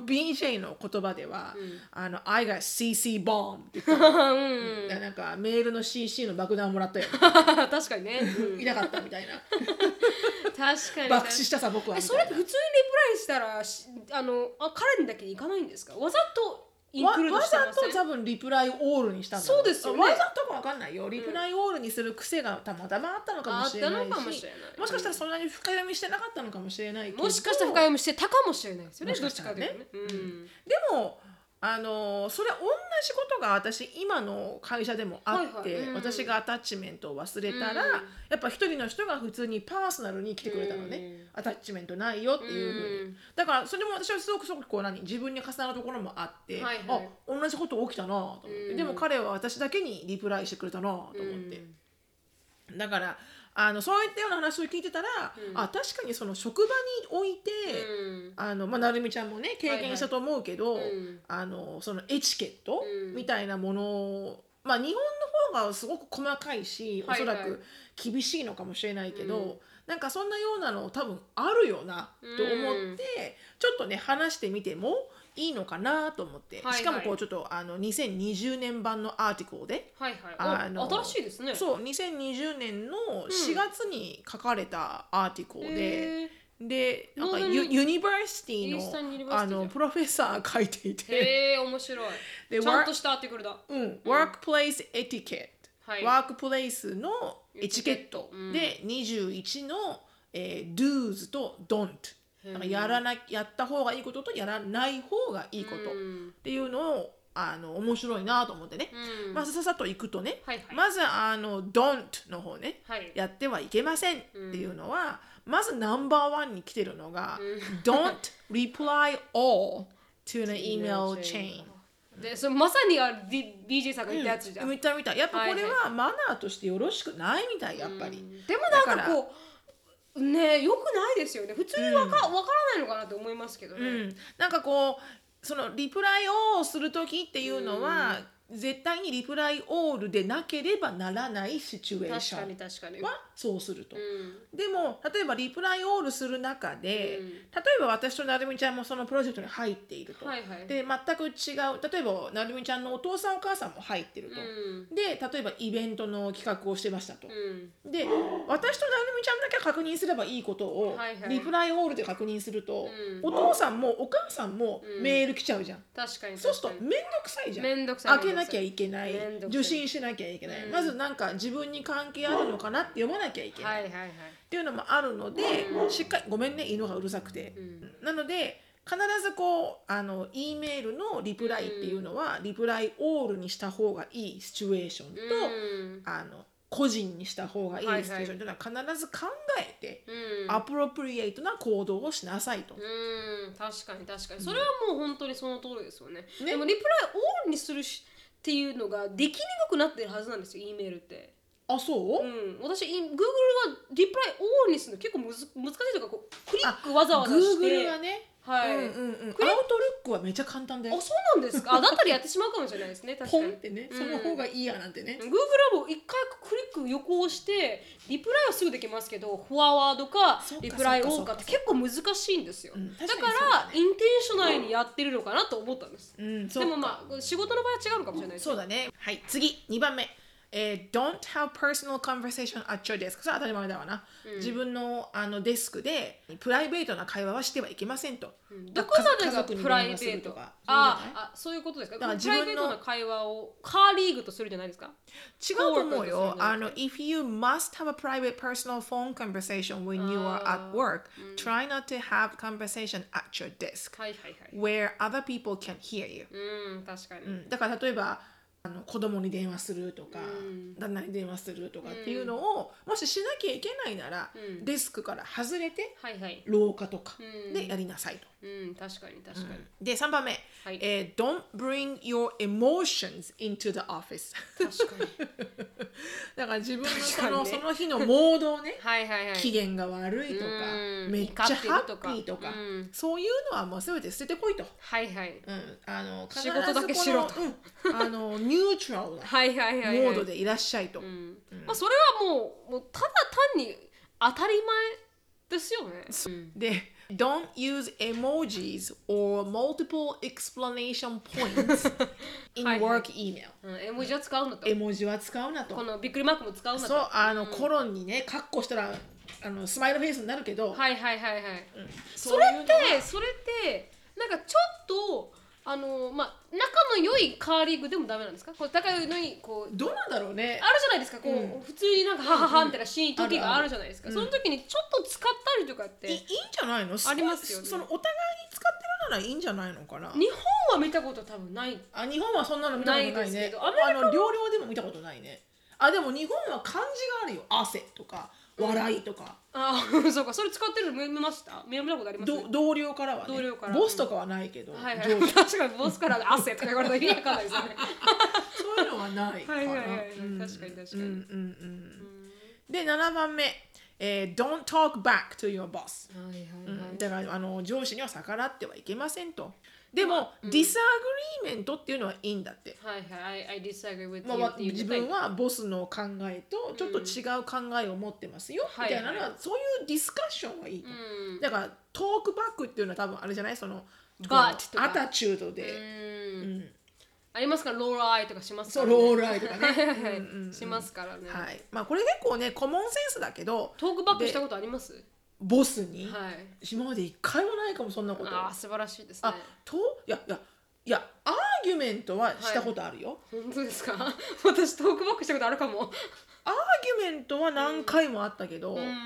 BJ の言葉では、I got CC bomb って言ったなんかメールの CC の爆弾をもらったよ確かにね、 いなかったみたいな確かに爆死したさ僕はそれって普通にリプライしたら彼にだけにいかないんですか？わざとインクルードしてません？ わざと多分リプライオールにしたんだろう。 そうですよね。 わざとかわかんないよ。リプライオールにする癖がたまたまあったのかもしれないし、もしかしたらそんなに深読みしてなかったのかもしれないけど、 もしかしたら深読みしてたかもしれないですよね。 もしかしたらね。でもそれ同じことが私今の会社でもあって、私がアタッチメントを忘れたら、やっぱ一人の人が普通にパーソナルに来てくれたのね、アタッチメントないよっていうふうに、だからそれも私はすごくこう自分に重なるところもあって、同じこと起きたなと思って、でも彼は私だけにリプライしてくれたなと思って、だからそういったような話を聞いてたら、確かにその職場において、なるみちゃんもね経験したと思うけど、そのエチケットみたいなものを、日本の方がすごく細かいし、おそらく厳しいのかもしれないけど、なんかそんなようなの多分あるよなと思って、ちょっとね話してみてもいいのかなと思って、しかもこうちょっと2020年版のアーティクルで、 新しいですね。 そう2020年の4月に書かれたアーティクルで、なんかユニバーシティのプロフェッサー書いていて、 面白い。ちゃんとしたアーティクルだ。 Workplace Etiquette、ワークプレイスのエチケットで21の、do's と don't なんかやった方がいいこととやらない方がいいことっていうのを面白いなと思ってね、まずささっといくとね、まずdon't の方ね、やってはいけませんっていうのは、まずナンバーワンに来てるのが、don't reply all to the email chain。 でそれまさにBJ さんが言ったやつじゃん。 見たやっぱこれはマナーとしてよろしくないみたい、やっぱり。 でもなんかこうね、よくないですよね。普通にわからないのかなって思いますけどね。 なんかこうそのリプライをする時っていうのは、絶対にリプライオールでなければならないシチュエーションはそうすると、でも例えばリプライオールする中で、例えば私となるみちゃんもそのプロジェクトに入っていると、で全く違う、例えばなるみちゃんのお父さんお母さんも入ってると、で例えばイベントの企画をしてましたと、で私となるみちゃんだけ確認すればいいことを、リプライオールで確認すると、お父さんもお母さんもメール来ちゃうじゃん。 確かにそうするとめんどくさいじゃん。 めんどくさい。 開けなきゃいけない、受信しなきゃいけない、まずなんか自分に関係あるのかなって読まなきゃいけない、っていうのもあるので、しっかりごめんね犬がうるさくて、なので必ずこうE メールのリプライっていうのは、リプライオールにした方がいいシチュエーションと、個人にした方がいいシチュエーションというのは必ず考えて、アプロプリエイトな行動をしなさいと。 確かにそれはもう本当にその通りですよね。でもリプライオールにするっていうのができにくくなってるはずなんですよ、E メールって。 あ、そう？ 私 Google はリプライオールにするの結構難しいというか、こうクリックわざわざして。 Google はね、アウトルックはめっちゃ簡単だよ。 あ、そうなんですか。だったらやってしまうかもしれないですね。確かにポンってね、その方がいいやなんてね。 Google はもう一回クリック横押してリプライはすぐできますけど、フォアワードかリプライオーかって結構難しいんですよ。だからインテンショナルにやってるのかなと思ったんです。でもまあ仕事の場合は違うのかもしれないです。 そうだね。はい、次2番目。Don't have personal conversation at your desk。それは当たり前だわな。自分のデスクでプライベートな会話はしてはいけませんと。 どこまでがプライベートか。そういうことですか。プライベートな会話をカーリーグとするじゃないですか。 違うと思うよ。If you must have a private personal phone conversation when you are at work, try not to have conversation at your desk where other people can hear you。 確かに。 だから例えば子供に電話するとか、旦那に電話するとかっていうのを、もししなきゃいけないなら、デスクから外れて、廊下とかでやりなさいと。 確かに。 で3番目、Don't bring your emotions into the office。 確かに。 だから自分のその日のモードをね、機嫌が悪いとか、めっちゃハッピーとか、そういうのはもう全て捨ててこいと。 仕事だけしろと。 ニュートラルなモードでいらっしゃいと。 それはもうただ単に当たり前ですよね。 で、Don't use emojis or multiple explanation points in work email。 絵文字は使うなと。 絵文字は使うなと。 このびっくりマークも使うなと。 そう、コロンにね、カッコしたらスマイルフェイスになるけど。 それってなんかちょっと仲の良いカーリングでもダメなんですか？こう仲良いのにこうどうなんだろうね。 あるじゃないですか。こう普通になんかハハハみたいな時があるじゃないですか。その時にちょっと使ったりとかっていいんじゃないの？ ありますよね。 そのお互いに使ってるならいいんじゃないのかな。 日本は見たこと多分ない。 日本はそんなの見たことないね。両寮でも見たことないね。でも日本は漢字があるよ。汗とか笑いとか。 そうか、それ使ってるの見ました？見たことあります？ 同僚からはね。ボスとかはないけど。 確かにボスから汗とか言われたら意味わかんないですよね。 そういうのはないかな。 確かに。 で7番目、Don't talk back to your boss。だから上司には逆らってはいけませんと。でも、ディスアグリーメントっていうのはいいんだって。 I disagree with you っていう。 自分はボスの考えとちょっと違う考えを持ってますよ、みたいなのは、そういうディスカッションはいいと。だからトークバックっていうのは多分あれじゃない、そのアタチュードで。 ありますから、ロールアイとかしますからね。そう、ロールアイとかね。 しますからね。 これ結構ね、コモンセンスだけど。 トークバックしたことあります？ ボスに、今まで一回もないかも、そんなこと。 素晴らしいですね。 いやアーギュメントはしたことあるよ。 本当ですか？私トークバックしたことあるかも。 アーギュメントは何回もあったけど、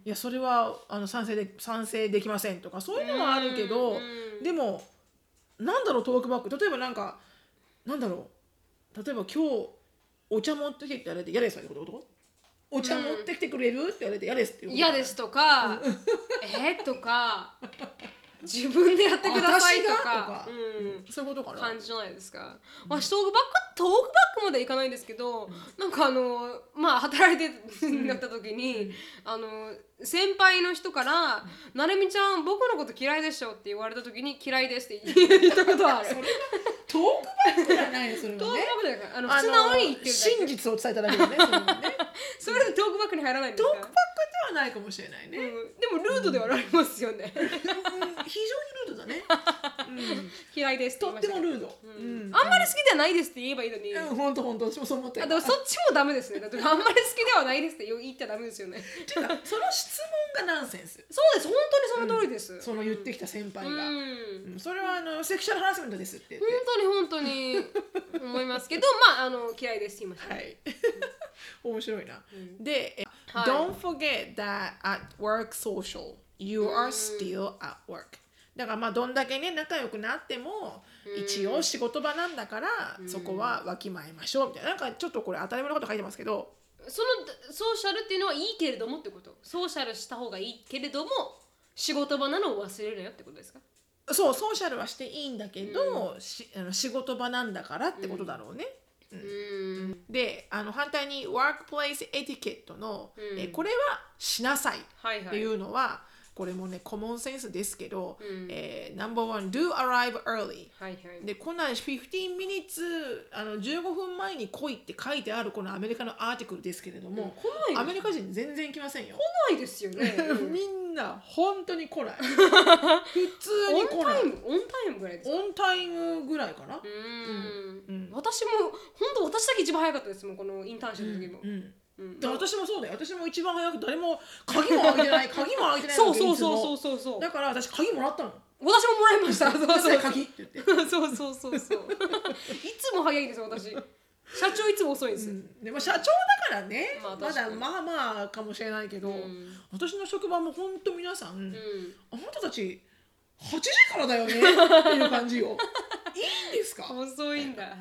いやそれは賛成できませんとかそういうのはあるけど、でもなんだろうトークバック、例えばなんかなんだろう、例えば今日お茶持ってきてって言われて嫌ですってこと？お茶持ってきてくれるって言われて嫌ですって言う嫌ですとかとか自分でやってくださいとか、 そういうことかな感じじゃないですか。私トークバックまでいかないんですけど、なんかまあ働いてなった時に、先輩の人から「なるみちゃん僕のこと嫌いでしょ」って言われた時に「嫌いです」って言ったことはある。 トークバックじゃないよそれはね。 トークバックじゃないから普通のに言ってるだけ。 真実を伝えただけでね。 それでトークバックに入らないんですか？ トークバックではないかもしれないね。 でもルードではありますよね。 非常にルードだね。 嫌いですってとってもルード。 あんまり好きではないですって言えばいいのに。 本当私もそう思ってる。 でもそっちもダメですね。だってあんまり好きではないですって言っちゃダメですよね。 その質問がナンセンス。 そうです、本当にその通りです。 その言ってきた先輩が、それはセクシャルハラスメントですって言って。 本当に思いますけど、まあ嫌いですって言いました。はい。 面白いな。で、Don't forget that at work social, you are still at work. だからまあどんだけね仲良くなっても一応仕事場なんだからそこはわきまえましょうみたいな、なんかちょっとこれ当たり前のこと書いてますけど、 そのソーシャルっていうのはいいけれどもってこと、ソーシャルした方がいいけれども仕事場なのを忘れるなよってことですか？ そう、ソーシャルはしていいんだけど、仕事場なんだからってことだろうね。で反対にワークプレイスエティケットの、これはしなさいっていうのは、これもねコモンセンスですけど、No.1 do arrive early、でこんな15 minutes 15分前に来いって書いてあるこのアメリカのアーティクルですけれども、アメリカ人全然来ませんよ。 来ないですよね。 みんな本当に来ない。普通に来ない。 オンタイムぐらいですか？ オンタイムぐらいかな。 私も本当私だけ一番早かったですもん、このインターンシップの時も。 私もそうだよ。私も一番早く誰も鍵も開いてないそうだから私鍵もらったの。 私ももらいました。 そう鍵って言って。 そういつも早いです私。社長いつも遅いんです。 でも社長だからね、まだまあかもしれないけど、私の職場も本当皆さん、あなたたち8時からだよねっていう感じよ。いいんですか？ 遅いんだ。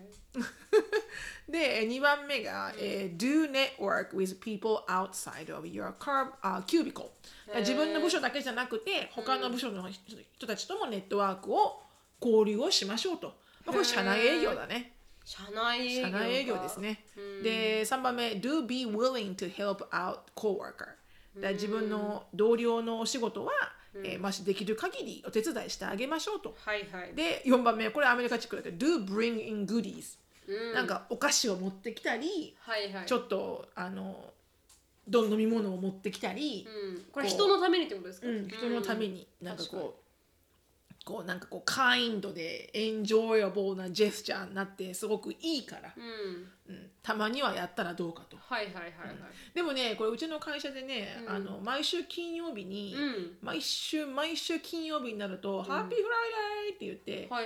で2番目が、Do network with people outside of your cubicle。自分の部署だけじゃなくて他の部署の人たちともネットワークを交流をしましょうと。これ社内営業だね。 社内営業ですね。で3番目 Do be willing to help out coworker。自分の同僚のお仕事はできる限りお手伝いしてあげましょうと。で4番目これアメリカチックだけど Do bring in goodies。なんかお菓子を持ってきたり、ちょっと飲み物を持ってきたり、 これ人のためにってことですか？ 人のためになんかなんかカインドでエンジョイアボーなジェスチャーになってすごくいいから、たまにはやったらどうかと。でもねこれうちの会社でね、毎週金曜日に、毎週金曜日になると、ハッピーフライデーって言って、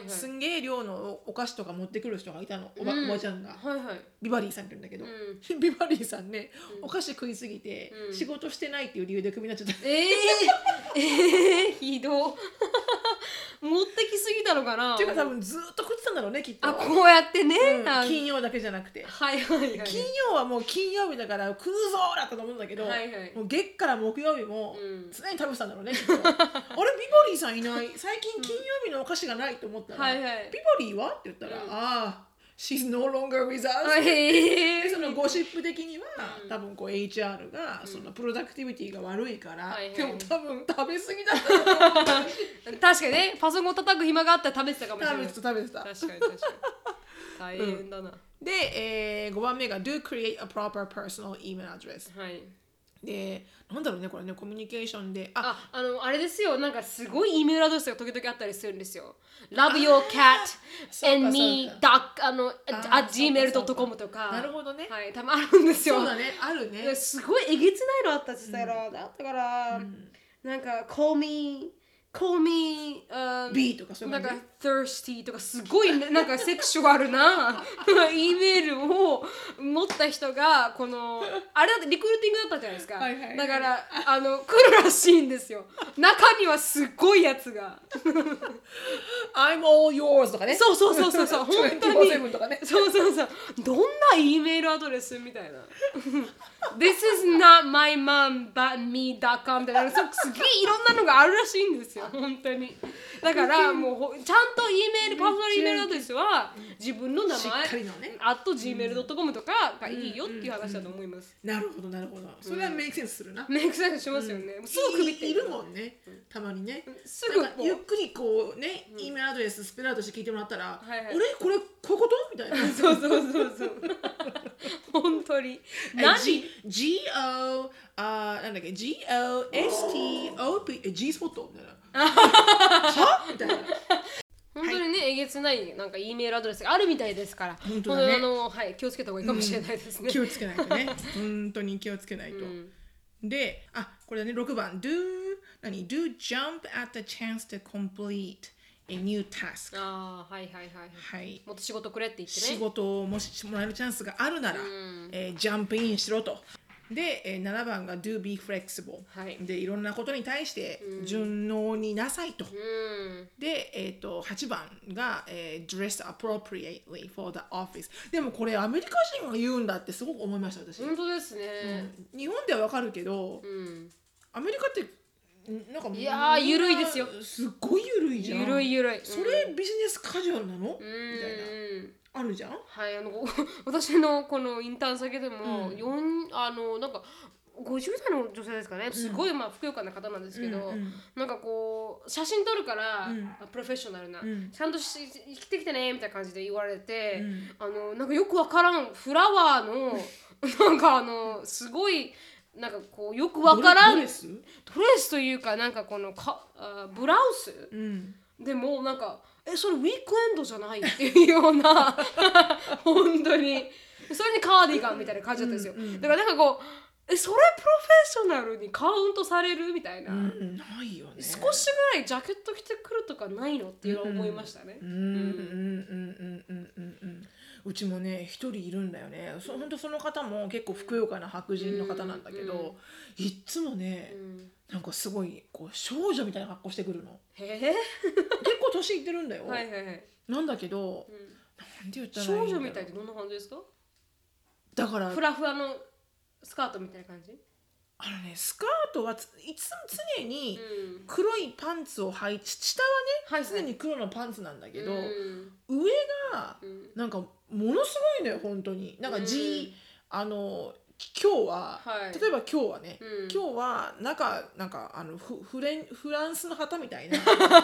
すんげえ量のお菓子とか持ってくる人がいたの、おばちゃんが、ビバリーさんって言うんだけど、ビバリーさんね、お菓子食いすぎて、仕事してないっていう理由でクビになっちゃった。 ひど持ってきすぎたのかな。 っていうか多分ずっと食ってたんだろうねきっと。 こうやってね、 金曜だけじゃなくて、金曜はもう金曜日だから食うぞーだったと思うんだけど、もう月から木曜日も常に食べてたんだろうねきっと。あれビバリーさんいない、最近金曜日のお菓子がないと思ったら、ビバリーはって言ったら、She's no longer with us。でそのゴシップ的には、多分HR がそのプロダクティビティが悪いから、でも多分食べ過ぎだった確かにね、パソコン叩く暇があったら食べてたかもしれない。 食べてた確かに大変だな。 で、5番目が Do create a proper personal email address。でなんだろうねこれね、コミュニケーションであれですよ、なんかすごい E メールアドレスが時々あったりするんですよ。Love your cat and me @gmail.com とか。 なるほどね。 たまあるんですよ。 そうだね、あるね。 すごいえげつないのあったって言ったら、だったからなんか call call me B とかそういうなん感じか thirsty とかすごいなんかセクシュアルな E メールを持った人がこのあれだってリクルーティングだったじゃないですか、 はいはい、 だから来るらしいんですよ。中にはすごいやつが I'm all yours とかね。 そう本当に 24/7とかね。 そうどんな E メールアドレスみたいなThis is not my mom but me.com みたいなすげえいろんなのがあるらしいんですよ本当に。だからもうちゃんと E メールパーソナル E メールアドレスは自分の名前しっかりのね @gmail.com とかがいいよっていう話だと思います。 なるほどそれはメイクセンスするな。 メイクセンスしますよね。すぐ首っているもんねたまにね。 すぐゆっくりこうね E メールアドレススペルアウトして聞いてもらったらはいはい俺これこういうことみたいな。 そう本当に何 G-O なんだっけ G-O-S-T-O-P G スポットみたいなはみたいな。 本当にね、えげつないなんか E メールアドレスがあるみたいですから、 本当だね、 はい、気をつけた方がいいかもしれないですね。 気をつけないとね本当に気をつけないと、で、これだね、6番 do jump at the chance to complete a new task。 はい、もっと仕事くれって言ってね、 仕事をもしもらえるチャンスがあるなら、ジャンプインしろと。で、7番が do be flexible、でいろんなことに対して順応になさいと、で、8番が、dress appropriately for the office。 でもこれアメリカ人が言うんだってすごく思いました私。 本当ですね、 日本ではわかるけど、アメリカってなんかいやー緩いですよ。 すっごい緩いじゃん。 緩い、 それビジネスカジュアルなのみたいなあるじゃん。 はい、私のこのインターン先でも、なんか50代の女性ですかね、すごいふくよかな方なんですけど、なんかこう写真撮るから、プロフェッショナルな、ちゃんと着てきてねみたいな感じで言われて、なんかよくわからんフラワーのなんかすごいなんかこうよくわからんドレスというかなんかこのブラウス、でもなんかそれウィークエンドじゃないっていうような本当にそれにカーディガンみたいな感じだったんですよ、だからなんかこうそれプロフェッショナルにカウントされるみたいな、 ないよね。 少しぐらいジャケット着てくるとかないのっていうのを思いましたね。 うちもね一人いるんだよね。本当その方も結構ふくよかな白人の方なんだけど、いっつもね、なんかすごいこう少女みたいな格好してくるの。結構年いってるんだよ。なんだけど、なんて言ったらいいんだろう。 少女みたいってどんな感じですか？ だからフラフラのスカートみたいな感じ？ スカートはいつも常に黒いパンツを履いて、下はね、常に黒のパンツなんだけど、上がなんかものすごいのよ本当に。なんか今日は、例えば今日はね、今日はなんかフランスの旗みたいな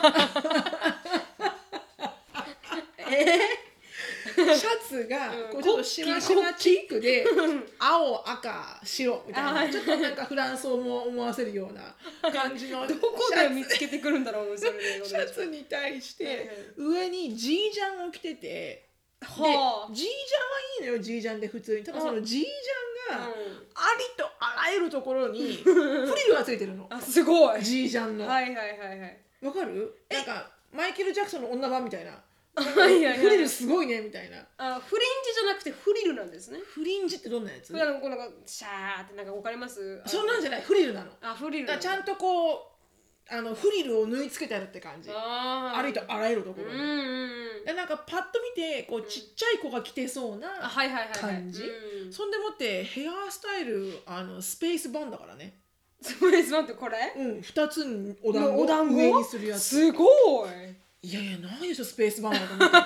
シャツがこうちょっとシワシワチックで青赤白みたいな、ちょっとなんかフランスを思わせるような感じのどこで見つけてくるんだろうそれでシャツに対して上にジージャンを着てて、でジージャンはいいのよ、ジージャンで普通に。ただそのジージャンがありとあらゆるところにフリルがついてるの。 すごい。 ジージャンの。わかる？なんかマイケル・ジャクソンの女版みたいな。フリルすごいねみたいな。 フリンジじゃなくてフリルなんですね。 フリンジってどんなやつ？ なんかシャーってなんかわかります？ そんなんじゃない、フリルなの。 フリル。 だからちゃんとこうフリルを縫い付けてあるって感じ。ありとあらゆるところに。でなんかパッと見てこうちっちゃい子が着てそうな感じ。そんでもってヘアスタイルスペースバンだからね。 スペースバンってこれ ？2つにお団子上にするやつ。 すごい。 いやないでしょスペースバンだと思って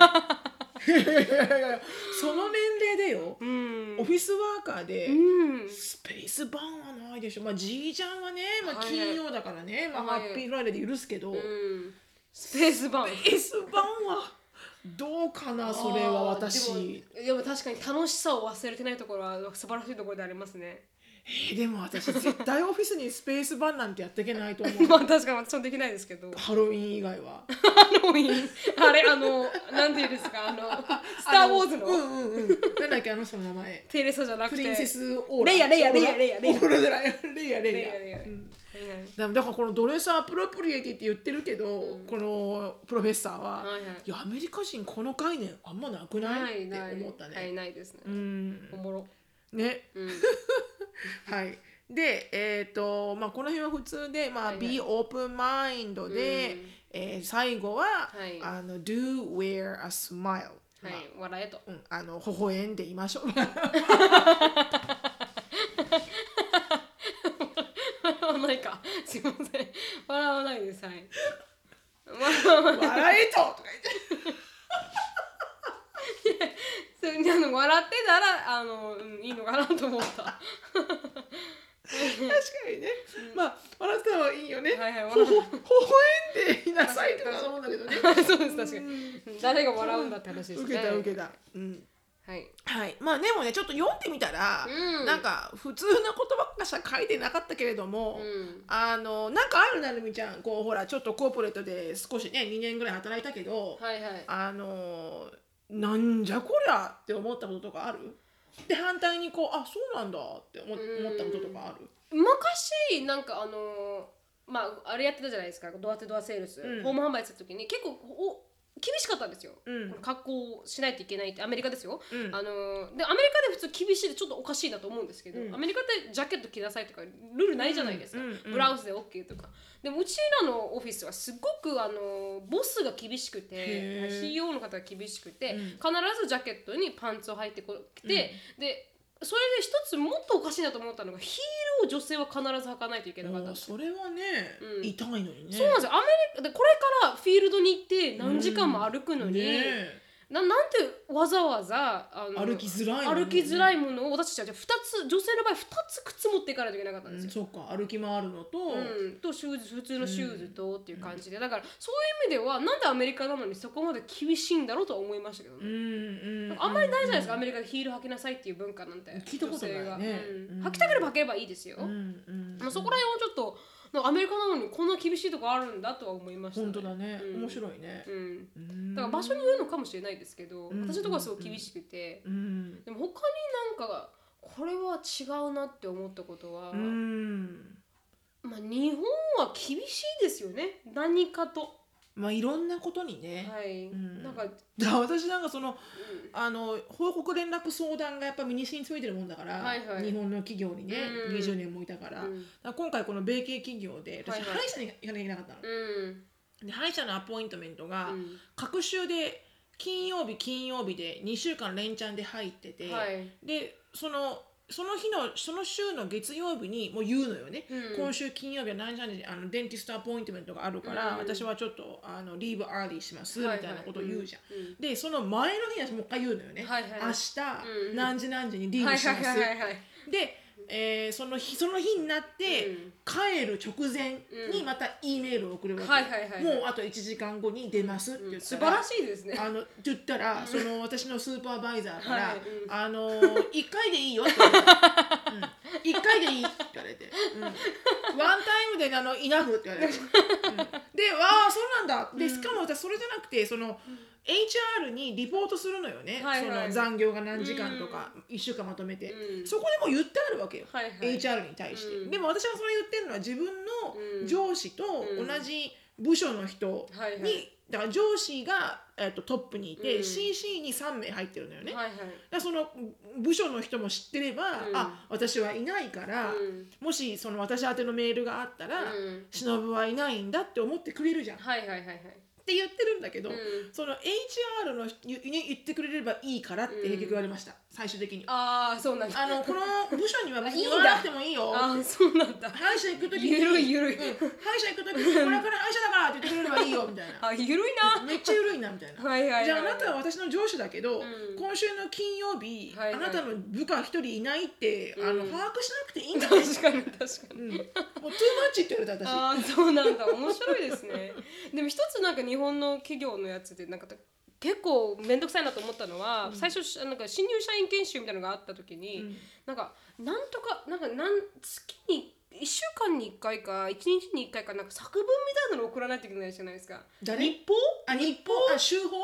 その年齢でよ、オフィスワーカーでスペースバンはないでしょ。ジージャンはね、金曜だからね、ハッピーフライデーで許すけど、 スペースバンはどうかな。それは私でも確かに楽しさを忘れてないところは素晴らしいところでありますね。 でも私絶対オフィスにスペースバンなんてやっていけないと思う。 確かに私もできないですけど。 ハロウィン以外は。 ハロウィンあれなんていうんですかスター・ウォーズのなんだっけその名前。 テレサじゃなくてプリンセスオーラ。 レイヤ。 オーラじゃないレイヤ。 だからこのドレスアプロプリエティって言ってるけど、このプロフェッサーは、いやアメリカ人この概念あんまなくないって思ったね。 ないですね。おもろね。はい。で、まあこの辺は普通で、まあ be open mind で、最後はdo wear a smile。 はい、笑えと。 微笑んでいましょう。笑わないか。すいません。笑わないです。はい。 笑えととか言って。笑ってたらいいのかなと思った。 確かにね、まあ笑ったはいいよね。微笑んでいなさいとか思うんだけどね。 そうです、確かに。誰が笑うんだって話ですね。 受けた。はい。まあでもね、ちょっと読んでみたら、なんか普通の言葉しか書いてなかったけれども、なんかあるなるみちゃん、こうほらちょっとコーポレートで少しね2年ぐらい働いたけど、なんじゃこりゃって思ったこととかある？で反対にこうそうなんだって思ったこととかある？ 昔なんかまああれやってたじゃないですか、ドアセールス、ホーム販売するときに結構厳しかったんですよ、格好しないといけないって。アメリカですよ、でアメリカで普通厳しいでちょっとおかしいなと思うんですけど、アメリカってジャケット着なさいとかルールないじゃないですか、ブラウスで OK とか。でもうちらのオフィスはすごくボスが厳しくて CEO の方が厳しくて、必ずジャケットにパンツを履いてきて、でそれで一つもっとおかしいなと思ったのが、ヒールを女性は必ず履かないといけなかったんですよ。 それはね、痛いのにね。 そうなんですよ。アメリカでこれからフィールドに行って何時間も歩くのに、なんてわざわざ歩きづらいものを私たちは2つ、女性の場合2つ靴持っていかないといけなかったんですよ。 そっか、歩き回るのと、 とシューズ、普通のシューズとっていう感じで、だからそういう意味ではなんでアメリカなのにそこまで厳しいんだろうとは思いましたけどね。あんまりないじゃないですか、アメリカでヒール履きなさいっていう文化なんて。 聞いたことないね。 履きたければ履ければいいですよ。そこら辺をちょっとアメリカなのにこんな厳しいとこあるんだとは思いましたね。 本当だね、面白いね。 だから場所によるのかもしれないですけど、私のところはすごい厳しくて、でも他になんかこれは違うなって思ったことは、まあ日本は厳しいですよね、何かと。 まあいろんなことにね。 なんか私なんかその、報告連絡相談がやっぱ身に染みついてるもんだから、日本の企業にね、20年もいたから、今回この米系企業で私歯医者に行かなきゃいけなかったの。で歯医者のアポイントメントが隔週で金曜日で2週間連チャンで入ってて、でその週の月曜日にもう言うのよね、今週金曜日は何時にデンティストアポイントメントがあるから、私はちょっとリーブアーリーしますみたいなことを言うじゃん、でその前の日にもう一回言うのよね、明日何時にリーブしますで、その日になって、帰る直前にまた E メールを送るわけ、もうあと1時間後に出ますって言ったら、 素晴らしいですね。 って言ったら、その私のスーパーバイザーから、1回でいいよって言われて、1回でいいって言われて、ワンタイムでイナフって言われて、で、そうなんだ。で、しかも私それじゃなくて、そのHR にリポートするのよね、その残業が何時間とか1週間まとめて、そこでも言ってあるわけよ、HR に対して、でも私がそれ言ってるのは自分の上司と同じ部署の人に、だから上司が、トップにいて、CC に3名入ってるのよね、だからその部署の人も知ってれば、私はいないから、もしその私宛てのメールがあったら、忍はいないんだって思ってくれるじゃん、って言ってるんだけど、その HR の言ってくれればいいからって結局言われました、最終的に。 そうなんだ。 この部署には別に言わなくてもいいよ。 そうなんだ。 歯医者行くときにゆるい。 歯医者行くときにこれから歯医者だからって言ってくれればいいよみたいな。 ゆるいな。 めっちゃゆるいなみたいな。じゃああなたは私の上司だけど、今週の金曜日あなたの部下一人いないって把握しなくていいんだね。 確かに。もうトゥーマッチって言われた私。 そうなんだ。面白いですね。でも一つなんか日本の企業のやつでなんか結構面倒くさいなと思ったのは、最初なんか新入社員研修みたいなのがあった時に、なんとか月に1週間に1回か1日に1回かなんか作文みたいなのを送らないといけないじゃないですか。 日報？週報？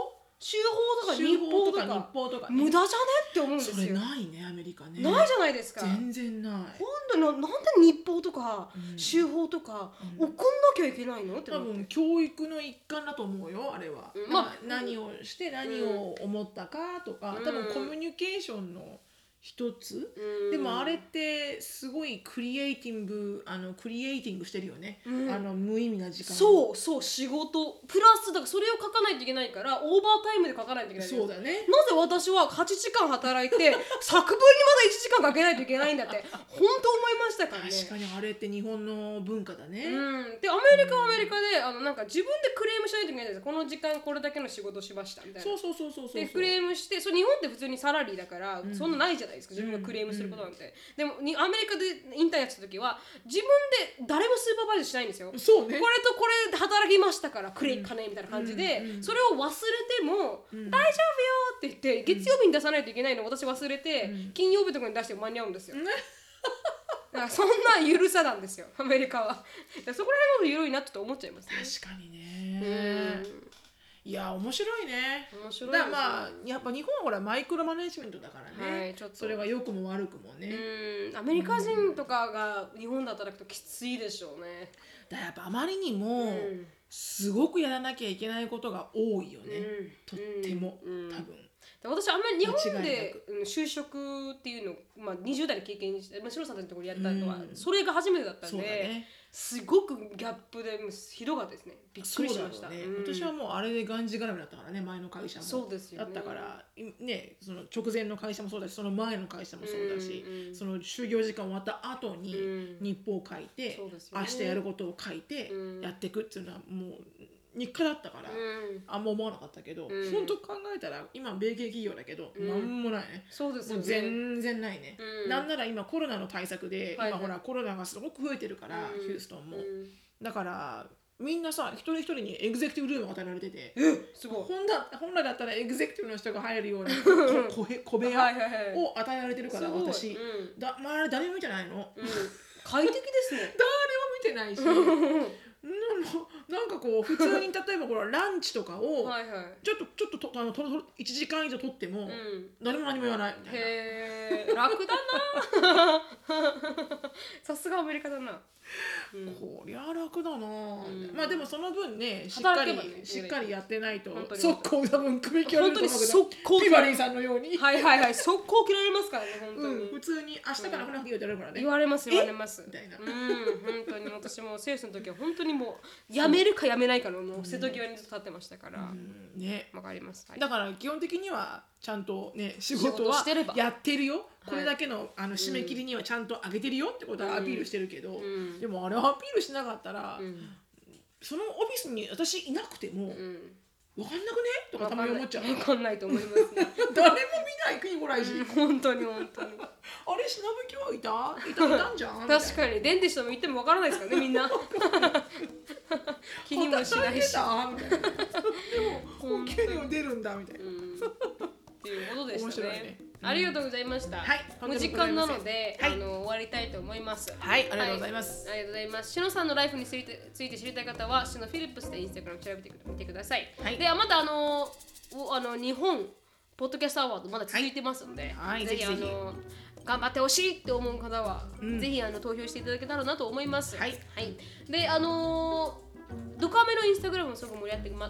週報とか日報とか無駄じゃねって思うんですよ。 それないねアメリカね。 ないじゃないですか。 全然ない。 本当になんで日報とか週報とか送んなきゃいけないのって多分教育の一環だと思うよあれは。何をして何を思ったかとか、多分コミュニケーションの一つ、でもあれってすごいクリエイティングしてるよね、無意味な時間。 そう仕事プラスだからそれを書かないといけないからオーバータイムで書かないといけない。 そうだね。 なぜ私は8時間働いて作文にまだ1時間かけないといけないんだって本当思いましたからね。 確かにあれって日本の文化だね。 でアメリカはアメリカでなんか自分でクレームしないといけないんですよ。この時間これだけの仕事しましたみたいな。 そうでクレームしてそれ日本って普通にサラリーだから、そんなないじゃないですか自分がクレームすることなんて。でもアメリカでインターンやってた時は自分で誰もスーパーバイズしないんですよ。 そうね。 これとこれ働きましたからくれ金みたいな感じで、それを忘れても、大丈夫よって言って月曜日に出さないといけないのを私忘れて、金曜日とかに出して間に合うんですよ。だからそんな緩さなんですよアメリカは。そこら辺の緩いなって思っちゃいますね。 確かにね。いや面白いね。 面白いですね。 だからやっぱ日本はほらマイクロマネジメントだからね、ちょっとそれは良くも悪くもね。 アメリカ人とかが日本で働くときついでしょうね。 だからやっぱあまりにもすごくやらなきゃいけないことが多いよね、とっても、多分。 私あんまり日本で就職っていうのを、20代で経験して、シロさんたちのところやったのは、それが初めてだったんで、すごくギャップでひどかったですね。びっくりしました。 私はもうあれでがんじがらめだったからね、前の会社も。 そうですよね。 だったからね、その直前の会社もそうだし、その前の会社もそうだし、その就業時間終わった後に日報を書いて、明日やることを書いてやっていくっていうのはもう日課だったから、あんま思わなかったけど、本当考えたら今米系企業だけど、なんもないね。 そうですよね。 もう全然ないね。なんなら今コロナの対策で、今ほらコロナがすごく増えてるから、ヒューストンも。だからみんなさ、一人一人にエグゼクティブルームが与えられてて、 すごい。 本来だったらエグゼクティブの人が入るような小部屋を与えられてるから、私周り誰も見てないの。 快適ですね。 誰も見てないし。なんかこう普通に例えばこれランチとかをちょっと1時間以上取っても誰も何も言わないみたいな。 へー、楽だな。さすがアメリカだな。 こりゃ楽だな。まあでもその分ね、しっかりやってないと速攻多分首切られると思うけど、ピバリーさんのように速攻切られますからね。本当に普通に明日から来なくていいよって言われるからね。 言われますみたいな。本当に私もセールスの時は本当にもうやめるかやめないかのもう瀬戸際にずっと立ってましたからね。わかります。 だから基本的にはちゃんとね仕事はやってるよ。これだけの締め切りにはちゃんと上げてるよってことはアピールしてるけど、でもあれアピールしなかったら、そのオフィスに私いなくても分かんなくねとかたまに思っちゃう。 分かんないと思いますね。 誰も見ない国ぐらいし。 本当に。あれしなぶきはいたんじゃん。 確かにデンティストも言っても分からないですからねみんな。気にもしないし。 でもお給料出るんだみたいな。 っていうことでしたね。ありがとうございました。もう時間なので終わりたいと思います。 はい、ありがとうございます。 ありがとうございます。シノさんのライフについて知りたい方はシノフィリップスでインスタグラム調べてみてください。ではまた日本ポッドキャストアワードまだ続いてますので、ぜひ頑張ってほしいって思う方はぜひ投票していただけたらなと思います。はい。でドカメのインスタグラムもすごく盛り上が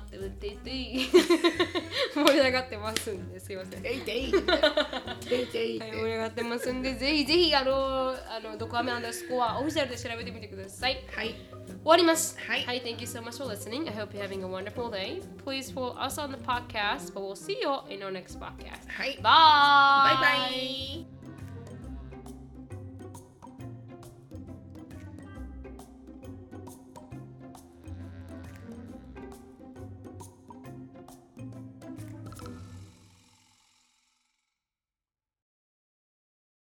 ってますんですいません。盛り上がってますんでぜひドカメアンダースコアオフィシャルで調べてみてください。終わります。Thank you so much for listening. I hope you're having a wonderful day. Please follow us on the podcast, but we'll see you in our next podcast. Bye. Bye.